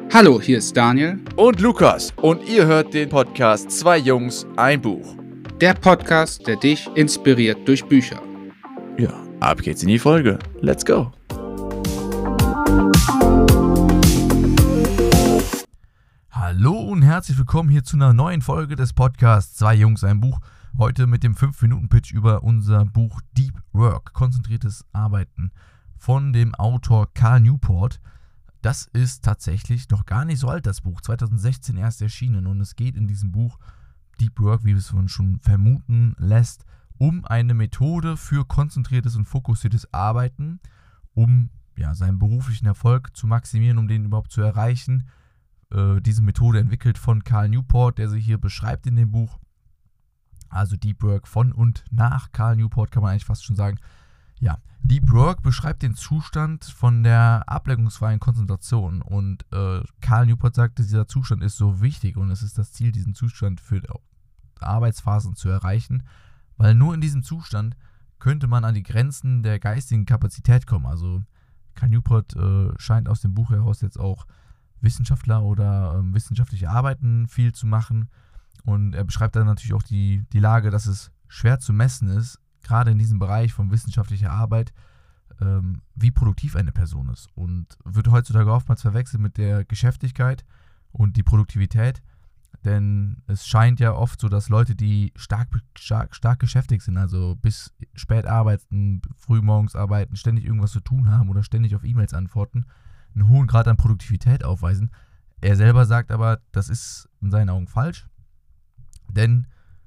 Hallo, hier ist Daniel und Lukas und ihr hört den Podcast Zwei Jungs, ein Buch. Der Podcast, der dich inspiriert durch Bücher. Ja, ab geht's in die Folge. Let's go. Hallo und herzlich willkommen hier zu einer neuen Folge des Podcasts Zwei Jungs, ein Buch. Heute mit dem 5-Minuten-Pitch über unser Buch Deep Work, konzentriertes Arbeiten von dem Autor Cal Newport. Das ist tatsächlich noch gar nicht so alt, das Buch, 2016 erst erschienen, und es geht in diesem Buch Deep Work, wie es man schon vermuten lässt, um eine Methode für konzentriertes und fokussiertes Arbeiten, um seinen beruflichen Erfolg zu maximieren, um den überhaupt zu erreichen. Diese Methode entwickelt von Cal Newport, der sie hier beschreibt in dem Buch. Also Deep Work von und nach Cal Newport, kann man eigentlich fast schon sagen. Ja, Deep Work beschreibt den Zustand von der ablenkungsfreien Konzentration, und Cal Newport sagt, dieser Zustand ist so wichtig und es ist das Ziel, diesen Zustand für Arbeitsphasen zu erreichen, weil nur in diesem Zustand könnte man an die Grenzen der geistigen Kapazität kommen. Also Cal Newport scheint aus dem Buch heraus jetzt auch Wissenschaftler oder wissenschaftliche Arbeiten viel zu machen, und er beschreibt dann natürlich auch die Lage, dass es schwer zu messen ist, gerade in diesem Bereich von wissenschaftlicher Arbeit, wie produktiv eine Person ist, und wird heutzutage oftmals verwechselt mit der Geschäftigkeit und die Produktivität, denn es scheint ja oft so, dass Leute, die stark geschäftig sind, also bis spät arbeiten, früh morgens arbeiten, ständig irgendwas zu tun haben oder ständig auf E-Mails antworten, einen hohen Grad an Produktivität aufweisen. Er selber sagt aber, das ist in seinen Augen falsch, denn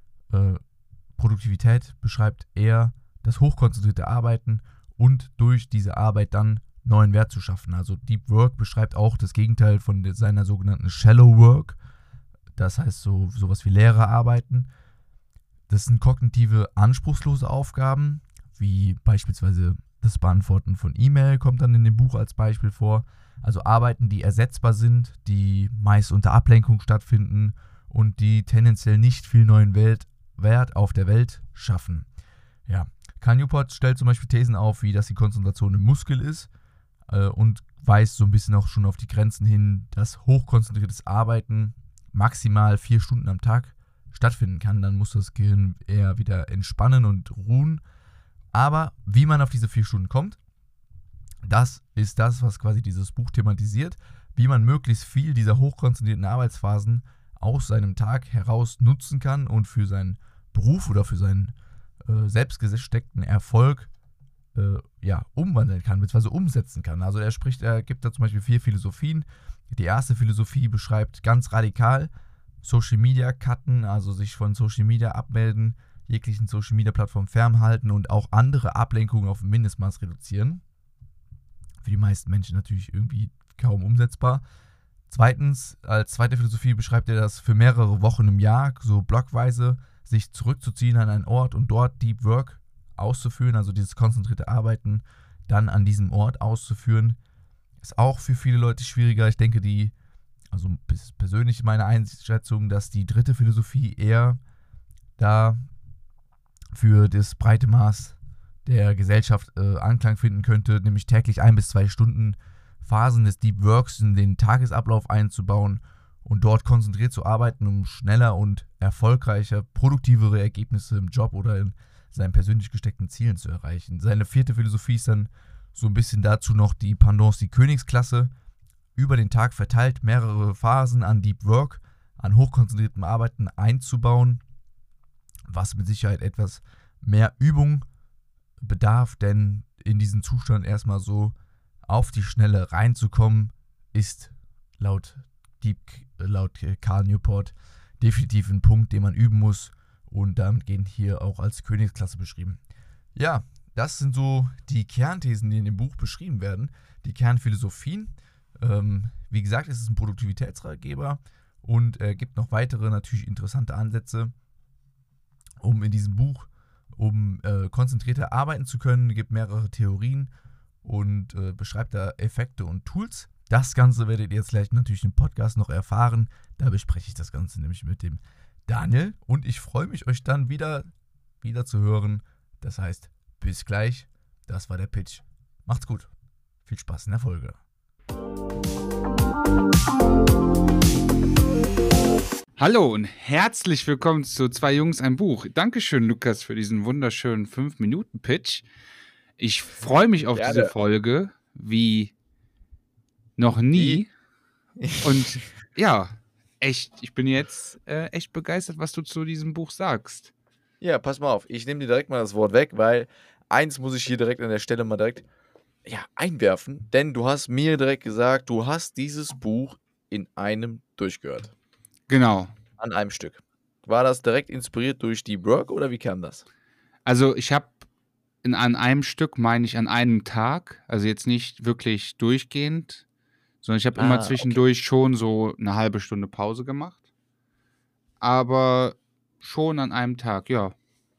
Produktivität beschreibt eher das hochkonzentrierte Arbeiten und durch diese Arbeit dann neuen Wert zu schaffen. Also Deep Work beschreibt auch das Gegenteil von seiner sogenannten Shallow Work, das heißt sowas wie leere Arbeiten. Das sind kognitive, anspruchslose Aufgaben, wie beispielsweise das Beantworten von E-Mail kommt dann in dem Buch als Beispiel vor. Also Arbeiten, die ersetzbar sind, die meist unter Ablenkung stattfinden und die tendenziell nicht viel neuen Wert auf der Welt schaffen. Ja, Cal Newport stellt zum Beispiel Thesen auf, wie dass die Konzentration ein Muskel ist, und weist so ein bisschen auch schon auf die Grenzen hin, dass hochkonzentriertes Arbeiten maximal 4 Stunden am Tag stattfinden kann. Dann muss das Gehirn eher wieder entspannen und ruhen. Aber wie man auf diese 4 Stunden kommt, das ist das, was quasi dieses Buch thematisiert, wie man möglichst viel dieser hochkonzentrierten Arbeitsphasen aus seinem Tag heraus nutzen kann und für seinen Beruf oder für seinen selbst gesteckten Erfolg umwandeln kann, beziehungsweise umsetzen kann. Also er gibt da zum Beispiel 4 Philosophien. Die erste Philosophie beschreibt ganz radikal Social Media cutten, also sich von Social Media abmelden, jeglichen Social Media Plattformen fernhalten und auch andere Ablenkungen auf ein Mindestmaß reduzieren. Für die meisten Menschen natürlich irgendwie kaum umsetzbar. Zweitens, als zweite Philosophie beschreibt er das für mehrere Wochen im Jahr, so blockweise, sich zurückzuziehen an einen Ort und dort Deep Work auszuführen, also dieses konzentrierte Arbeiten dann an diesem Ort auszuführen, ist auch für viele Leute schwieriger. Ich denke, also persönlich meine Einschätzung, dass die dritte Philosophie eher da für das breite Maß der Gesellschaft Anklang finden könnte, nämlich täglich 1 bis 2 Stunden Phasen des Deep Works in den Tagesablauf einzubauen und dort konzentriert zu arbeiten, um schneller und erfolgreicher, produktivere Ergebnisse im Job oder in seinen persönlich gesteckten Zielen zu erreichen. Seine 4. Philosophie ist dann so ein bisschen dazu noch die Pendance, die Königsklasse, über den Tag verteilt mehrere Phasen an Deep Work, an hochkonzentriertem Arbeiten einzubauen, was mit Sicherheit etwas mehr Übung bedarf, denn in diesen Zustand erstmal so auf die Schnelle reinzukommen, ist laut Cal Newport definitiv ein Punkt, den man üben muss, und damit gehen hier auch als Königsklasse beschrieben. Ja, das sind so die Kernthesen, die in dem Buch beschrieben werden, die Kernphilosophien. Wie gesagt, es ist ein Produktivitätsratgeber und er gibt noch weitere natürlich interessante Ansätze, um in diesem Buch konzentrierter arbeiten zu können. Es gibt mehrere Theorien und beschreibt da Effekte und Tools. Das Ganze werdet ihr jetzt gleich natürlich im Podcast noch erfahren. Da bespreche ich das Ganze nämlich mit dem Daniel und ich freue mich, euch dann wieder zu hören. Das heißt, bis gleich. Das war der Pitch. Macht's gut. Viel Spaß in der Folge. Hallo und herzlich willkommen zu Zwei Jungs, ein Buch. Dankeschön, Lukas, für diesen wunderschönen 5-Minuten-Pitch. Ich freue mich auf diese Folge wie noch nie. Und ja, echt, ich bin jetzt echt begeistert, was du zu diesem Buch sagst. Ja, pass mal auf, ich nehme dir direkt mal das Wort weg, weil eins muss ich hier direkt an der Stelle mal direkt einwerfen, denn du hast mir direkt gesagt, du hast dieses Buch in einem durchgehört. Genau. An einem Stück. War das direkt inspiriert durch Deep Work oder wie kam das? Also ich habe an einem Stück, meine ich, an einem Tag, also jetzt nicht wirklich durchgehend, sondern ich habe immer zwischendurch schon so eine halbe Stunde Pause gemacht. Aber schon an einem Tag, ja.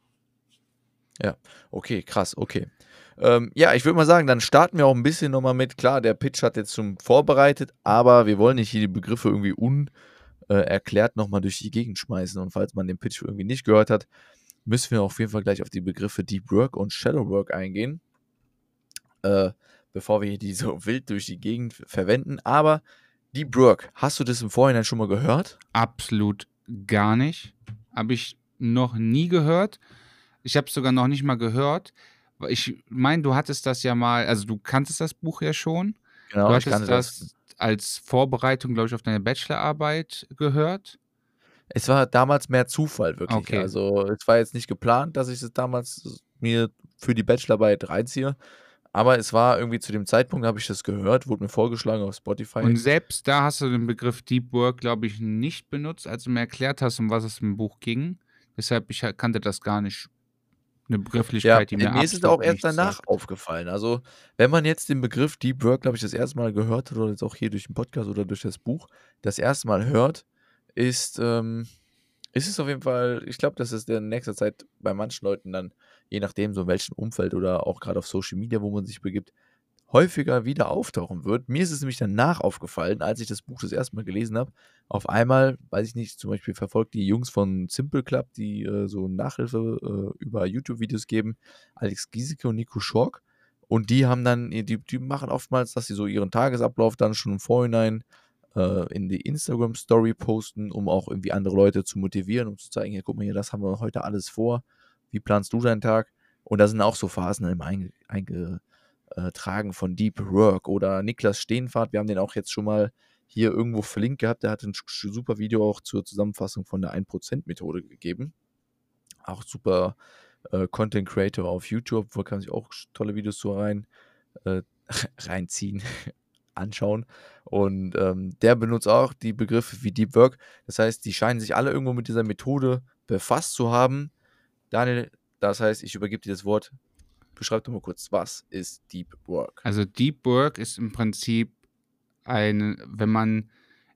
Ja, okay, krass, okay. Ich würde mal sagen, dann starten wir auch ein bisschen nochmal mit. Klar, der Pitch hat jetzt schon vorbereitet, aber wir wollen nicht hier die Begriffe irgendwie unerklärt nochmal durch die Gegend schmeißen. Und falls man den Pitch irgendwie nicht gehört hat, müssen wir auf jeden Fall gleich auf die Begriffe Deep Work und Shallow Work eingehen, bevor wir hier die so wild durch die Gegend verwenden. Aber Deep Work, hast du das im Vorhinein schon mal gehört? Absolut gar nicht. Habe ich noch nie gehört. Ich habe es sogar noch nicht mal gehört. Ich meine, du hattest das ja mal, also du kanntest das Buch ja schon. Genau, du hattest das als Vorbereitung, glaube ich, auf deine Bachelorarbeit gehört. Es war damals mehr Zufall, wirklich. Okay. Also es war jetzt nicht geplant, dass ich es damals mir für die Bachelorarbeit reinziehe. Aber es war irgendwie zu dem Zeitpunkt, habe ich das gehört, wurde mir vorgeschlagen auf Spotify. Und selbst da hast du den Begriff Deep Work, glaube ich, nicht benutzt, als du mir erklärt hast, um was es im Buch ging. Deshalb, ich kannte das gar nicht. Eine Begrifflichkeit, die mir ist es auch erst danach aufgefallen. Also, wenn man jetzt den Begriff Deep Work, glaube ich, das erste Mal gehört hat oder jetzt auch hier durch den Podcast oder durch das Buch das erste Mal hört, ist es auf jeden Fall, ich glaube, dass es in nächster Zeit bei manchen Leuten dann, je nachdem, so in welchem Umfeld oder auch gerade auf Social Media, wo man sich begibt, häufiger wieder auftauchen wird. Mir ist es nämlich danach aufgefallen, als ich das Buch das erste Mal gelesen habe. Auf einmal, weiß ich nicht, zum Beispiel verfolgt die Jungs von Simple Club, die so Nachhilfe über YouTube-Videos geben, Alex Giesecke und Nico Schork. Und die haben dann, die machen oftmals, dass sie so ihren Tagesablauf dann schon im Vorhinein in die Instagram-Story posten, um auch irgendwie andere Leute zu motivieren, um zu zeigen, hier, guck mal hier, das haben wir heute alles vor. Wie planst du deinen Tag? Und da sind auch so Phasen immer eingetragen von Deep Work oder Niklas Steenfahrt. Wir haben den auch jetzt schon mal hier irgendwo verlinkt gehabt. Der hat ein super Video auch zur Zusammenfassung von der 1%-Methode gegeben. Auch super Content Creator auf YouTube, wo kann sich auch tolle Videos so reinziehen, anschauen. Und der benutzt auch die Begriffe wie Deep Work. Das heißt, die scheinen sich alle irgendwo mit dieser Methode befasst zu haben. Daniel, das heißt, ich übergebe dir das Wort. Beschreib doch mal kurz, was ist Deep Work? Also Deep Work ist im Prinzip wenn man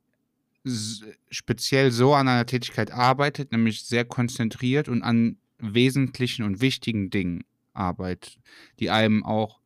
speziell so an einer Tätigkeit arbeitet, nämlich sehr konzentriert und an wesentlichen und wichtigen Dingen arbeitet, die einem auch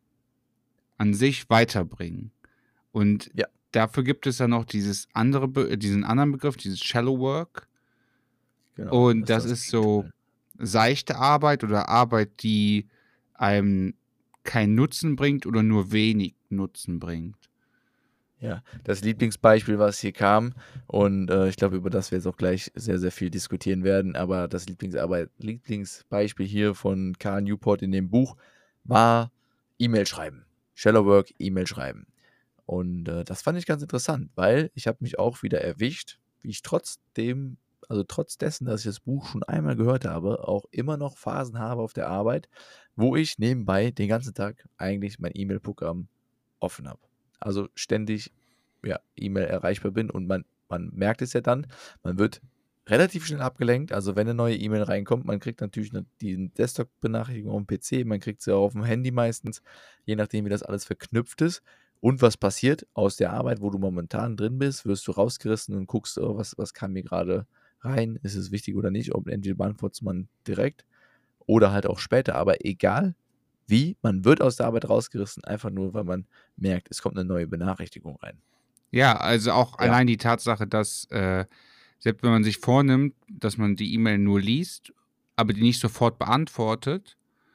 an sich weiterbringen. Und dafür gibt es dann noch diesen anderen Begriff, dieses Shallow Work. Genau, und das ist so seichte Arbeit oder Arbeit, die einem keinen Nutzen bringt oder nur wenig Nutzen bringt. Ja, das Lieblingsbeispiel, was hier kam, und ich glaube, über das wir jetzt auch gleich sehr, sehr viel diskutieren werden, aber das Lieblingsbeispiel hier von Carl Newport in dem Buch war E-Mail schreiben. Shallow Work, E-Mail schreiben. Und das fand ich ganz interessant, weil ich habe mich auch wieder erwischt, wie ich trotz dessen, dass ich das Buch schon einmal gehört habe, auch immer noch Phasen habe auf der Arbeit, wo ich nebenbei den ganzen Tag eigentlich mein E-Mail-Programm offen habe. Also ständig E-Mail erreichbar bin und man merkt es ja dann, man wird relativ schnell abgelenkt, also wenn eine neue E-Mail reinkommt, man kriegt natürlich die Desktop-Benachrichtigung auf dem PC, man kriegt sie auch auf dem Handy meistens, je nachdem wie das alles verknüpft ist. Und was passiert aus der Arbeit, wo du momentan drin bist, wirst du rausgerissen und guckst, was kam mir gerade rein, ist es wichtig oder nicht, ob entweder beantwortet man direkt oder halt auch später, aber egal wie, man wird aus der Arbeit rausgerissen, einfach nur, weil man merkt, es kommt eine neue Benachrichtigung rein. Ja, also auch allein die Tatsache, dass selbst wenn man sich vornimmt, dass man die E-Mail nur liest, aber die nicht sofort beantwortet,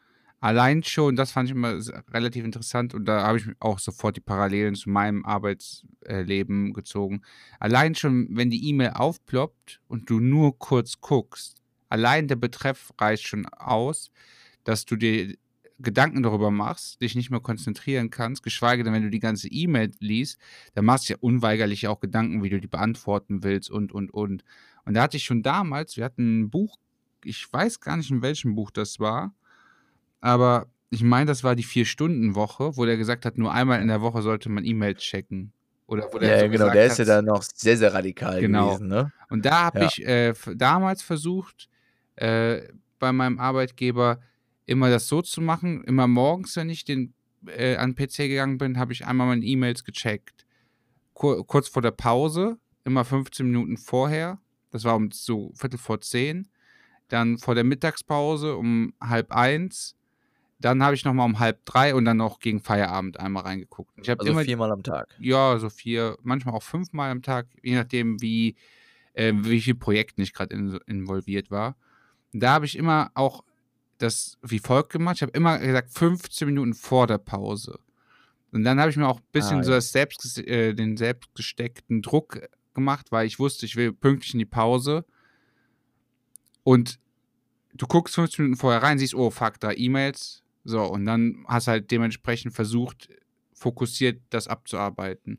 allein schon, das fand ich immer relativ interessant und da habe ich auch sofort die Parallelen zu meinem Arbeitsleben gezogen. Allein schon, wenn die E-Mail aufploppt und du nur kurz guckst, allein der Betreff reicht schon aus, dass du dir Gedanken darüber machst, dich nicht mehr konzentrieren kannst, geschweige denn, wenn du die ganze E-Mail liest, dann machst du ja unweigerlich auch Gedanken, wie du die beantworten willst und. Und da hatte ich schon damals, wir hatten ein Buch, ich weiß gar nicht, in welchem Buch das war, aber ich meine, das war die 4-Stunden-Woche, wo der gesagt hat, nur einmal in der Woche sollte man E-Mails checken. Oder wo der Ja, so ja, genau, gesagt der ist ja hat, dann noch sehr, sehr radikal genau. gewesen, ne? Und da habe Ja. ich damals versucht, bei meinem Arbeitgeber immer das so zu machen, immer morgens, wenn ich an den PC gegangen bin, habe ich einmal meine E-Mails gecheckt. Kurz vor der Pause, immer 15 Minuten vorher, das war um so 10:15, dann vor der Mittagspause um 12:30, dann habe ich nochmal um 2:30 und dann noch gegen Feierabend einmal reingeguckt. Ich habe Also immer, 4-mal am Tag. ja, so 4, manchmal auch 5-mal am Tag, je nachdem, wie viel Projekten ich gerade involviert war. Und da habe ich immer auch das wie folgt gemacht. Ich habe immer gesagt, 15 Minuten vor der Pause. Und dann habe ich mir auch ein bisschen Ah, so ja. den selbstgesteckten Druck gemacht, weil ich wusste, ich will pünktlich in die Pause. Und du guckst 15 Minuten vorher rein, siehst, oh fuck, 3 E-Mails. So, und dann hast halt dementsprechend versucht, fokussiert das abzuarbeiten.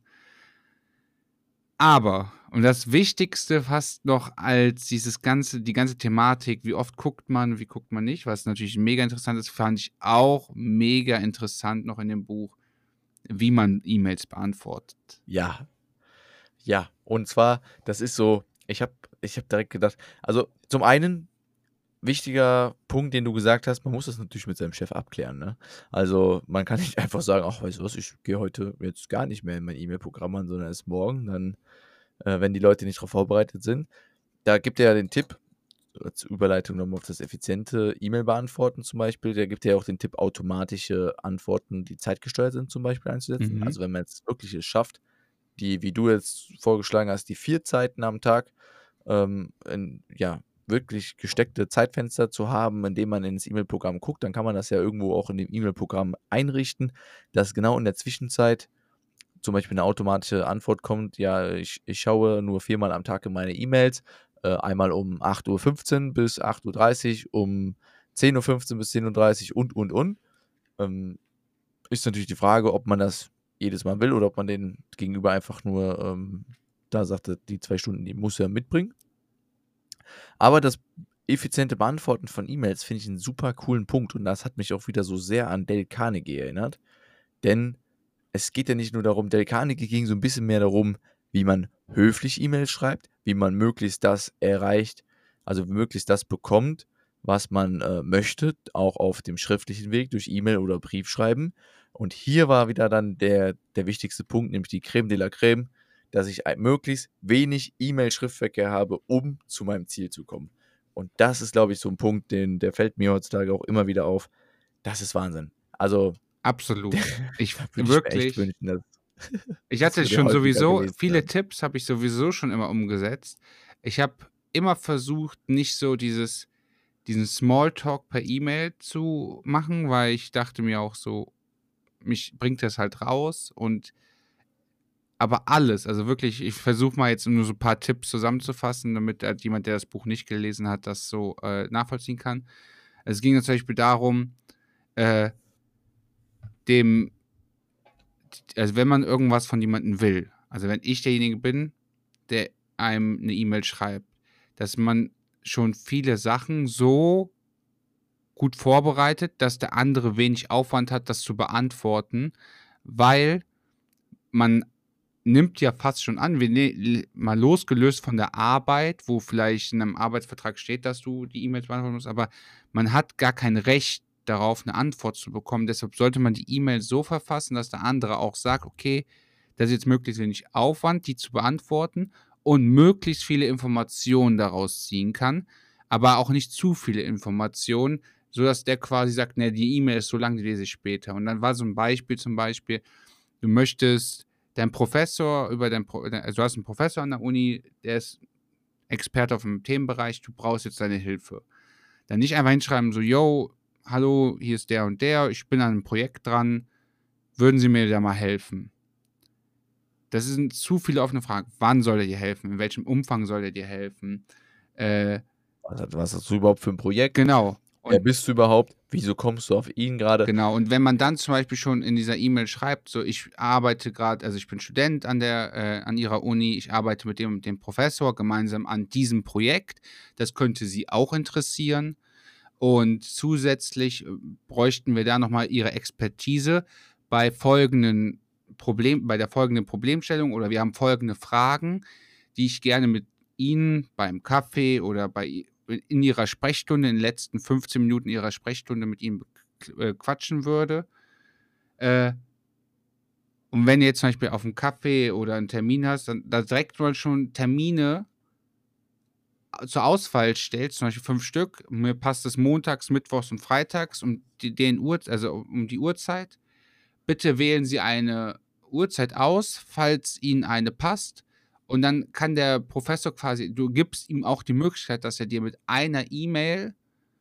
Aber, und das Wichtigste fast noch als die ganze Thematik, wie oft guckt man, wie guckt man nicht, was natürlich mega interessant ist, fand ich auch mega interessant noch in dem Buch, wie man E-Mails beantwortet. Ja. Ja, und zwar, das ist so, ich habe direkt gedacht, also zum einen, wichtiger Punkt, den du gesagt hast, man muss das natürlich mit seinem Chef abklären, ne? Also, man kann nicht einfach sagen: „Ach, weißt du was, ich gehe heute jetzt gar nicht mehr in mein E-Mail-Programm an, sondern erst morgen“, dann, wenn die Leute nicht darauf vorbereitet sind. Da gibt er ja den Tipp, als Überleitung nochmal auf das effiziente E-Mail-Beantworten zum Beispiel, der gibt ja auch den Tipp, automatische Antworten, die zeitgesteuert sind, zum Beispiel einzusetzen. Mhm. Also, wenn man jetzt wirklich es schafft, wie du jetzt vorgeschlagen hast, die 4 Zeiten am Tag, ja, wirklich gesteckte Zeitfenster zu haben, in dem man ins E-Mail-Programm guckt, dann kann man das ja irgendwo auch in dem E-Mail-Programm einrichten, dass genau in der Zwischenzeit zum Beispiel eine automatische Antwort kommt, ja, ich schaue nur 4-mal am Tag in meine E-Mails, einmal um 8:15 bis 8:30 um 10:15 bis 10:30 und. Ist natürlich die Frage, ob man das jedes Mal will oder ob man den Gegenüber einfach nur, da sagte, die 2 Stunden, die muss er mitbringen. Aber das effiziente Beantworten von E-Mails finde ich einen super coolen Punkt und das hat mich auch wieder so sehr an Dale Carnegie erinnert. Denn es geht ja nicht nur darum, Dale Carnegie ging so ein bisschen mehr darum, wie man höflich E-Mails schreibt, wie man möglichst das erreicht, also möglichst das bekommt, was man möchte, auch auf dem schriftlichen Weg durch E-Mail oder Briefschreiben. Und hier war wieder dann der wichtigste Punkt, nämlich die Creme de la Creme, dass ich möglichst wenig E-Mail-Schriftverkehr habe, um zu meinem Ziel zu kommen. Und das ist, glaube ich, so ein Punkt, der fällt mir heutzutage auch immer wieder auf. Das ist Wahnsinn. Also, Absolut. Ich würde ich mir echt wirklich, wünschen, dass ich das hatte würde schon häufiger sowieso, gelesen viele werden. Tipps habe ich sowieso schon immer umgesetzt. Ich habe immer versucht, nicht so diesen Smalltalk per E-Mail zu machen, weil ich dachte mir auch so, mich bringt das halt raus aber alles, also wirklich, ich versuche mal jetzt nur so ein paar Tipps zusammenzufassen, damit halt jemand, der das Buch nicht gelesen hat, das so nachvollziehen kann. Es ging zum Beispiel darum, äh, also wenn man irgendwas von jemandem will, also wenn ich derjenige bin, der einem eine E-Mail schreibt, dass man schon viele Sachen so gut vorbereitet, dass der andere wenig Aufwand hat, das zu beantworten, weil man nimmt ja fast schon an, mal losgelöst von der Arbeit, wo vielleicht in einem Arbeitsvertrag steht, dass du die E-Mails beantworten musst, aber man hat gar kein Recht darauf, eine Antwort zu bekommen. Deshalb sollte man die E-Mail so verfassen, dass der andere auch sagt, okay, das ist jetzt möglichst wenig Aufwand, die zu beantworten und möglichst viele Informationen daraus ziehen kann, aber auch nicht zu viele Informationen, sodass der quasi sagt, ne, die E-Mail ist so lang, die lese ich später. Und dann war so ein Beispiel zum Beispiel, du möchtest dein Professor also du hast einen Professor an der Uni, der ist Experte auf einem Themenbereich, du brauchst jetzt deine Hilfe. Dann nicht einfach hinschreiben, so, yo, hallo, hier ist der und der, ich bin an einem Projekt dran, würden Sie mir da mal helfen? Das sind zu viele offene Fragen. Wann soll er dir helfen? In welchem Umfang soll er dir helfen? Was hast du überhaupt für ein Projekt? Genau. Wer Und bist du überhaupt? Wieso kommst du auf ihn gerade? genau. Und wenn man dann zum Beispiel schon in dieser E-Mail schreibt, so ich arbeite gerade, also ich bin Student an ihrer Uni, ich arbeite mit dem Professor gemeinsam an diesem Projekt. Das könnte Sie auch interessieren. Und zusätzlich bräuchten wir da nochmal Ihre Expertise bei der folgenden Problemstellung, oder wir haben folgende Fragen, die ich gerne mit Ihnen beim Kaffee oder in Ihrer Sprechstunde, in den letzten 15 Minuten Ihrer Sprechstunde mit Ihnen quatschen würde. Und wenn du jetzt zum Beispiel auf einen Kaffee oder einen Termin hast, dann da direkt mal schon Termine zur Auswahl stellst, zum Beispiel 5 Stück. Mir passt es montags, mittwochs und freitags um die Uhrzeit. Bitte wählen Sie eine Uhrzeit aus, falls Ihnen eine passt. Und dann kann der Professor quasi, du gibst ihm auch die Möglichkeit, dass er dir mit einer E-Mail,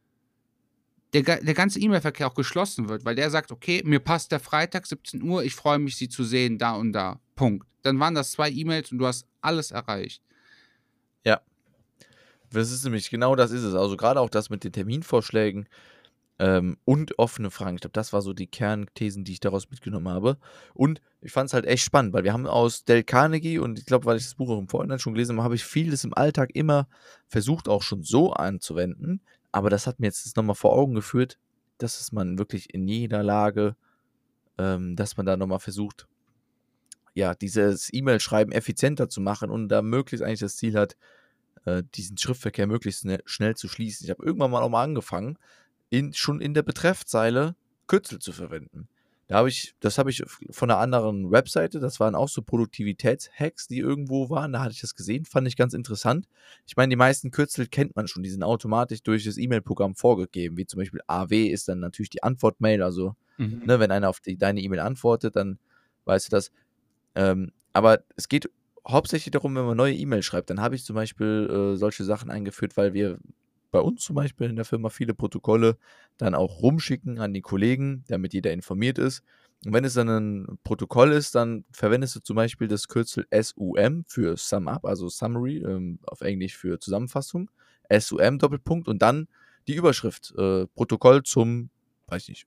der ganze E-Mail-Verkehr auch geschlossen wird, weil der sagt, okay, mir passt der Freitag 17 Uhr, ich freue mich, Sie zu sehen, da und da. Punkt. Dann waren das 2 E-Mails und du hast alles erreicht. Ja. Das ist nämlich genau das ist es. Also gerade auch das mit den Terminvorschlägen und offene Fragen. Ich glaube, das war so die Kernthesen, die ich daraus mitgenommen habe. Und ich fand es halt echt spannend, weil wir haben aus Dale Carnegie, und ich glaube, weil ich das Buch auch im Vorhinein schon gelesen habe, habe ich vieles im Alltag immer versucht, auch schon so anzuwenden. Aber das hat mir jetzt das nochmal vor Augen geführt, dass es man wirklich in jeder Lage, dass man da nochmal versucht, ja, dieses E-Mail-Schreiben effizienter zu machen und da möglichst eigentlich das Ziel hat, diesen Schriftverkehr möglichst schnell zu schließen. Ich habe irgendwann mal auch mal angefangen, schon in der Betreffzeile Kürzel zu verwenden. Das habe ich von einer anderen Webseite, das waren auch so Produktivitätshacks, die irgendwo waren, da hatte ich das gesehen, fand ich ganz interessant. Ich meine, die meisten Kürzel kennt man schon, die sind automatisch durch das E-Mail-Programm vorgegeben, wie zum Beispiel AW ist dann natürlich die Antwortmail, also ne, wenn einer auf deine E-Mail antwortet, dann weißt du das. Aber es geht hauptsächlich darum, wenn man neue E-Mails schreibt, dann habe ich zum Beispiel solche Sachen eingeführt, weil wir bei uns zum Beispiel in der Firma viele Protokolle dann auch rumschicken an die Kollegen, damit jeder informiert ist. Und wenn es dann ein Protokoll ist, dann verwendest du zum Beispiel das Kürzel SUM für Sum Up, also Summary, auf Englisch für Zusammenfassung, SUM Doppelpunkt und dann die Überschrift, Protokoll zum, weiß nicht,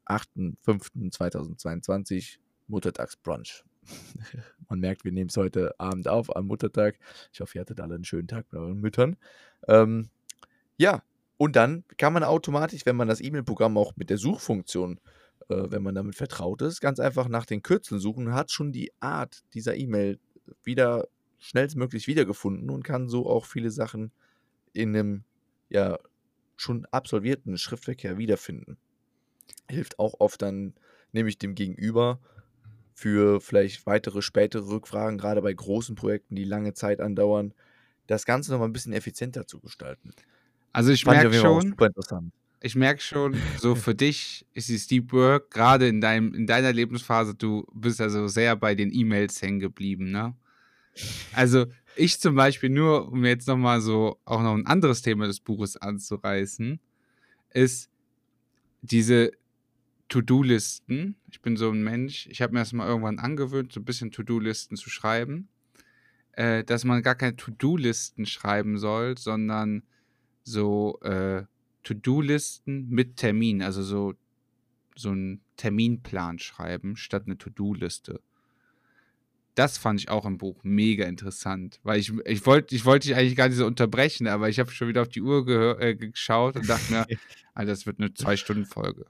8.5.2022, Muttertagsbrunch. Man merkt, wir nehmen es heute Abend auf, am Muttertag. Ich hoffe, ihr hattet alle einen schönen Tag bei euren Müttern. Ja, und dann kann man automatisch, wenn man das E-Mail-Programm auch mit der Suchfunktion, wenn man damit vertraut ist, ganz einfach nach den Kürzeln suchen und hat schon die Art dieser E-Mail wieder schnellstmöglich wiedergefunden und kann so auch viele Sachen in einem ja schon absolvierten Schriftverkehr wiederfinden. Hilft auch oft dann, nämlich dem Gegenüber, für vielleicht weitere, spätere Rückfragen, gerade bei großen Projekten, die lange Zeit andauern, das Ganze nochmal ein bisschen effizienter zu gestalten. Also ich Fand ich merke auf jeden Fall auch schon, super interessant. so für dich ist die Deep Work, gerade in deiner Lebensphase, du bist also sehr bei den E-Mails hängen geblieben, ne? Also ich zum Beispiel, nur um jetzt nochmal so auch noch ein anderes Thema des Buches anzureißen, ist diese To-Do-Listen. Ich bin so ein Mensch, ich habe mir das mal irgendwann angewöhnt, so ein bisschen To-Do-Listen zu schreiben, dass man gar keine To-Do-Listen schreiben soll, sondern so To-Do-Listen mit Termin, also so einen Terminplan schreiben, statt eine To-Do-Liste. Das fand ich auch im Buch mega interessant, weil ich wollte dich eigentlich gar nicht so unterbrechen, aber ich habe schon wieder auf die Uhr geschaut und dachte mir, Alter, das wird eine 2-Stunden-Folge.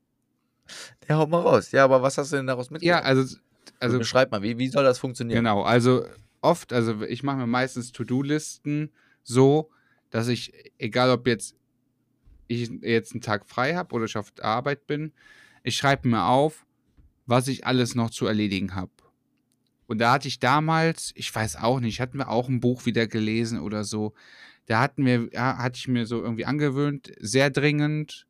Ja, hau mal raus. Ja, aber was hast du denn daraus Ja, mitgenommen? also Beschreib mal, wie soll das funktionieren? genau, also ich mache mir meistens To-Do-Listen so, dass ich, egal ob ich jetzt einen Tag frei habe oder ich auf der Arbeit bin, ich schreibe mir auf, was ich alles noch zu erledigen habe. Und da hatte ich damals, ich weiß auch nicht, hatten wir auch ein Buch wieder gelesen oder so, da hatte ich mir so irgendwie angewöhnt, sehr dringend,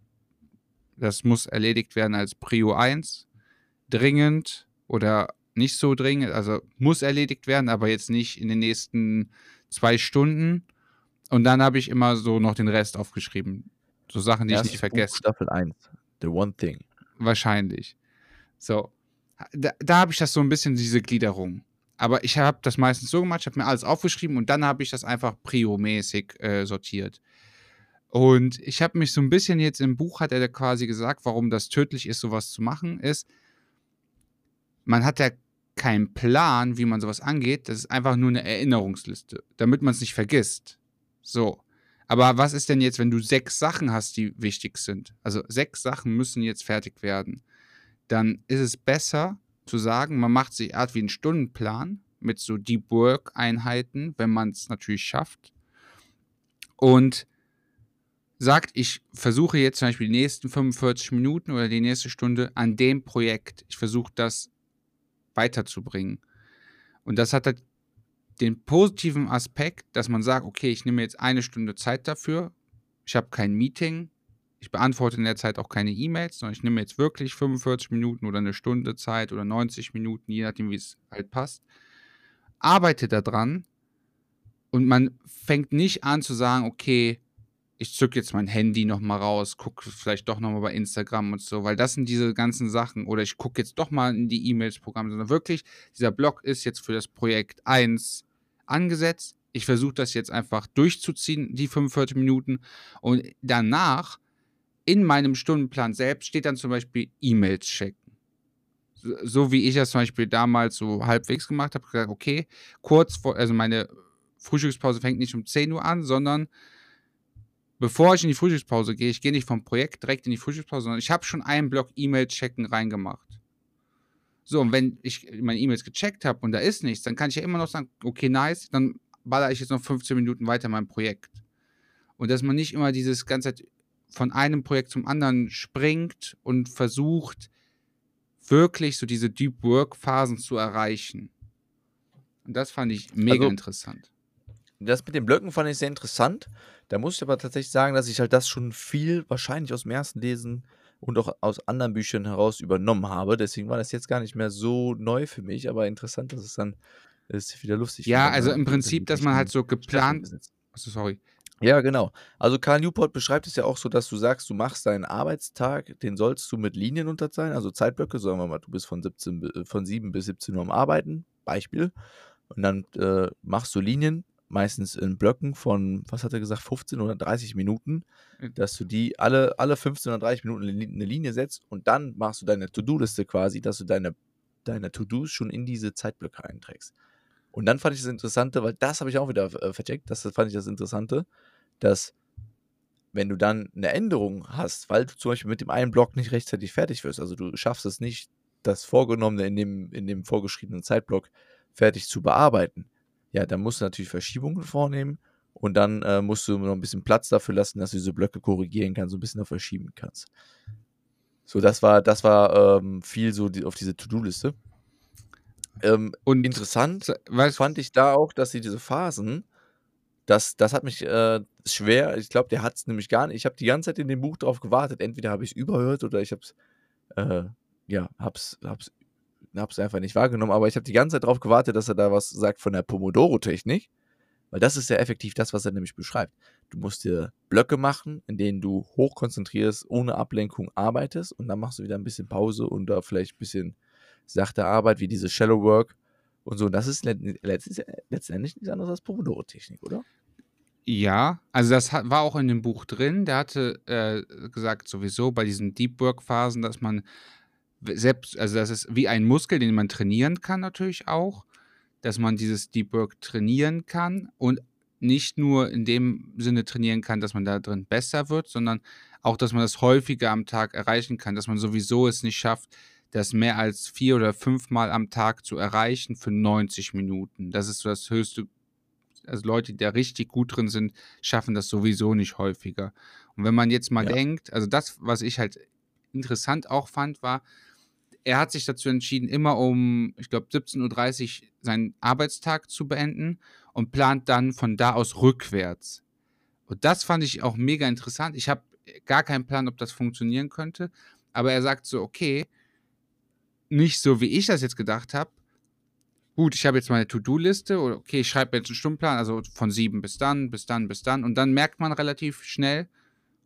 das muss erledigt werden als Prio 1, dringend oder nicht so dringend, also muss erledigt werden, aber jetzt nicht in den nächsten 2 Stunden. Und dann habe ich immer so noch den Rest aufgeschrieben. So Sachen, die ich nicht Erstes Buch, vergesse. Staffel 1. The One Thing. Wahrscheinlich. So. Da habe ich das so ein bisschen, diese Gliederung. Aber ich habe das meistens so gemacht, ich habe mir alles aufgeschrieben und dann habe ich das einfach prio-mäßig sortiert. Und ich habe mich so ein bisschen jetzt im Buch, hat er quasi gesagt, warum das tödlich ist, sowas zu machen, ist, man hat ja keinen Plan, wie man sowas angeht. Das ist einfach nur eine Erinnerungsliste, damit man es nicht vergisst. So. Aber was ist denn jetzt, wenn du 6 Sachen hast, die wichtig sind? Also 6 Sachen müssen jetzt fertig werden. Dann ist es besser zu sagen, man macht sich Art wie einen Stundenplan mit so Deep Work Einheiten, wenn man es natürlich schafft. Und sagt, ich versuche jetzt zum Beispiel die nächsten 45 Minuten oder die nächste Stunde an dem Projekt. Ich versuche das weiterzubringen. Und das hat halt den positiven Aspekt, dass man sagt, okay, ich nehme jetzt 1 Stunde Zeit dafür. Ich habe kein Meeting. Ich beantworte in der Zeit auch keine E-Mails, sondern ich nehme jetzt wirklich 45 Minuten oder 1 Stunde Zeit oder 90 Minuten, je nachdem, wie es halt passt. Arbeite daran und man fängt nicht an zu sagen, okay, ich zücke jetzt mein Handy nochmal raus, gucke vielleicht doch nochmal bei Instagram und so, weil das sind diese ganzen Sachen. Oder ich gucke jetzt doch mal in die E-Mails-Programme, sondern wirklich, dieser Block ist jetzt für das Projekt 1 angesetzt. Ich versuche das jetzt einfach durchzuziehen, die 45 Minuten. Und danach, in meinem Stundenplan selbst, steht dann zum Beispiel E-Mails checken. So wie ich das zum Beispiel damals so halbwegs gemacht habe, gesagt, okay, kurz vor, also meine Frühstückspause fängt nicht um 10 Uhr an, sondern bevor ich in die Frühstückspause gehe, ich gehe nicht vom Projekt direkt in die Frühstückspause, sondern ich habe schon einen Block E-Mail-Checken reingemacht. So, und wenn ich meine E-Mails gecheckt habe und da ist nichts, dann kann ich ja immer noch sagen, okay, nice, dann baller ich jetzt noch 15 Minuten weiter mein Projekt. Und dass man nicht immer dieses ganze Zeit von einem Projekt zum anderen springt und versucht, wirklich so diese Deep Work-Phasen zu erreichen. Und das fand ich mega interessant. Das mit den Blöcken fand ich sehr interessant. Da muss ich aber tatsächlich sagen, dass ich halt das schon viel wahrscheinlich aus dem ersten Lesen und auch aus anderen Büchern heraus übernommen habe. Deswegen war das jetzt gar nicht mehr so neu für mich, aber interessant, dass es dann ist wieder lustig. Ja, also im Prinzip, dass man halt so geplant. Achso, sorry. Ja, genau. Also Cal Newport beschreibt es ja auch so, dass du sagst, du machst deinen Arbeitstag, den sollst du mit Linien unterteilen, also Zeitblöcke, sagen wir mal, du bist von 7 bis 17 Uhr am Arbeiten, Beispiel. Und dann machst du Linien, meistens in Blöcken von, was hat er gesagt, 15 oder 30 Minuten, dass du die alle 15 oder 30 Minuten eine Linie setzt und dann machst du deine To-Do-Liste quasi, dass du deine To-Dos schon in diese Zeitblöcke einträgst. Und dann fand ich das Interessante, weil das habe ich auch wieder vercheckt, das fand ich das Interessante, dass wenn du dann eine Änderung hast, weil du zum Beispiel mit dem einen Block nicht rechtzeitig fertig wirst, also du schaffst es nicht, das Vorgenommene in dem vorgeschriebenen Zeitblock fertig zu bearbeiten, ja, dann musst du natürlich Verschiebungen vornehmen und dann musst du noch ein bisschen Platz dafür lassen, dass du diese Blöcke korrigieren kannst, so ein bisschen noch verschieben kannst. So, das war viel so auf diese To-Do-Liste. Und interessant fand ich da auch, dass sie diese Phasen, das hat mich schwer, ich glaube, der hat es nämlich gar nicht, ich habe die ganze Zeit in dem Buch drauf gewartet, entweder habe ich es überhört oder ich habe es hab's einfach nicht wahrgenommen, aber ich habe die ganze Zeit darauf gewartet, dass er da was sagt von der Pomodoro-Technik, weil das ist ja effektiv das, was er nämlich beschreibt. Du musst dir Blöcke machen, in denen du hochkonzentrierst, ohne Ablenkung arbeitest und dann machst du wieder ein bisschen Pause und da vielleicht ein bisschen sachte Arbeit, wie diese Shallow Work und so. Und das ist letztendlich nichts anderes als Pomodoro-Technik, oder? Ja, also das war auch in dem Buch drin. Der hatte gesagt, sowieso bei diesen Deep Work-Phasen, dass man selbst, also das ist wie ein Muskel, den man trainieren kann natürlich auch, dass man dieses Deep Work trainieren kann und nicht nur in dem Sinne trainieren kann, dass man da drin besser wird, sondern auch, dass man das häufiger am Tag erreichen kann, dass man sowieso es nicht schafft, das mehr als 4 oder 5 Mal am Tag zu erreichen für 90 Minuten. Das ist so das höchste, also Leute, die da richtig gut drin sind, schaffen das sowieso nicht häufiger. Und wenn man jetzt mal denkt, also das, was ich halt interessant auch fand, war, er hat sich dazu entschieden, immer um, ich glaube, 17:30 Uhr seinen Arbeitstag zu beenden und plant dann von da aus rückwärts. Und das fand ich auch mega interessant. Ich habe gar keinen Plan, ob das funktionieren könnte, aber er sagt so, okay, nicht so, wie ich das jetzt gedacht habe. Gut, ich habe jetzt meine To-Do-Liste oder okay, ich schreibe jetzt einen Stundenplan, also von 7 bis dann, bis dann, bis dann. Und dann merkt man relativ schnell,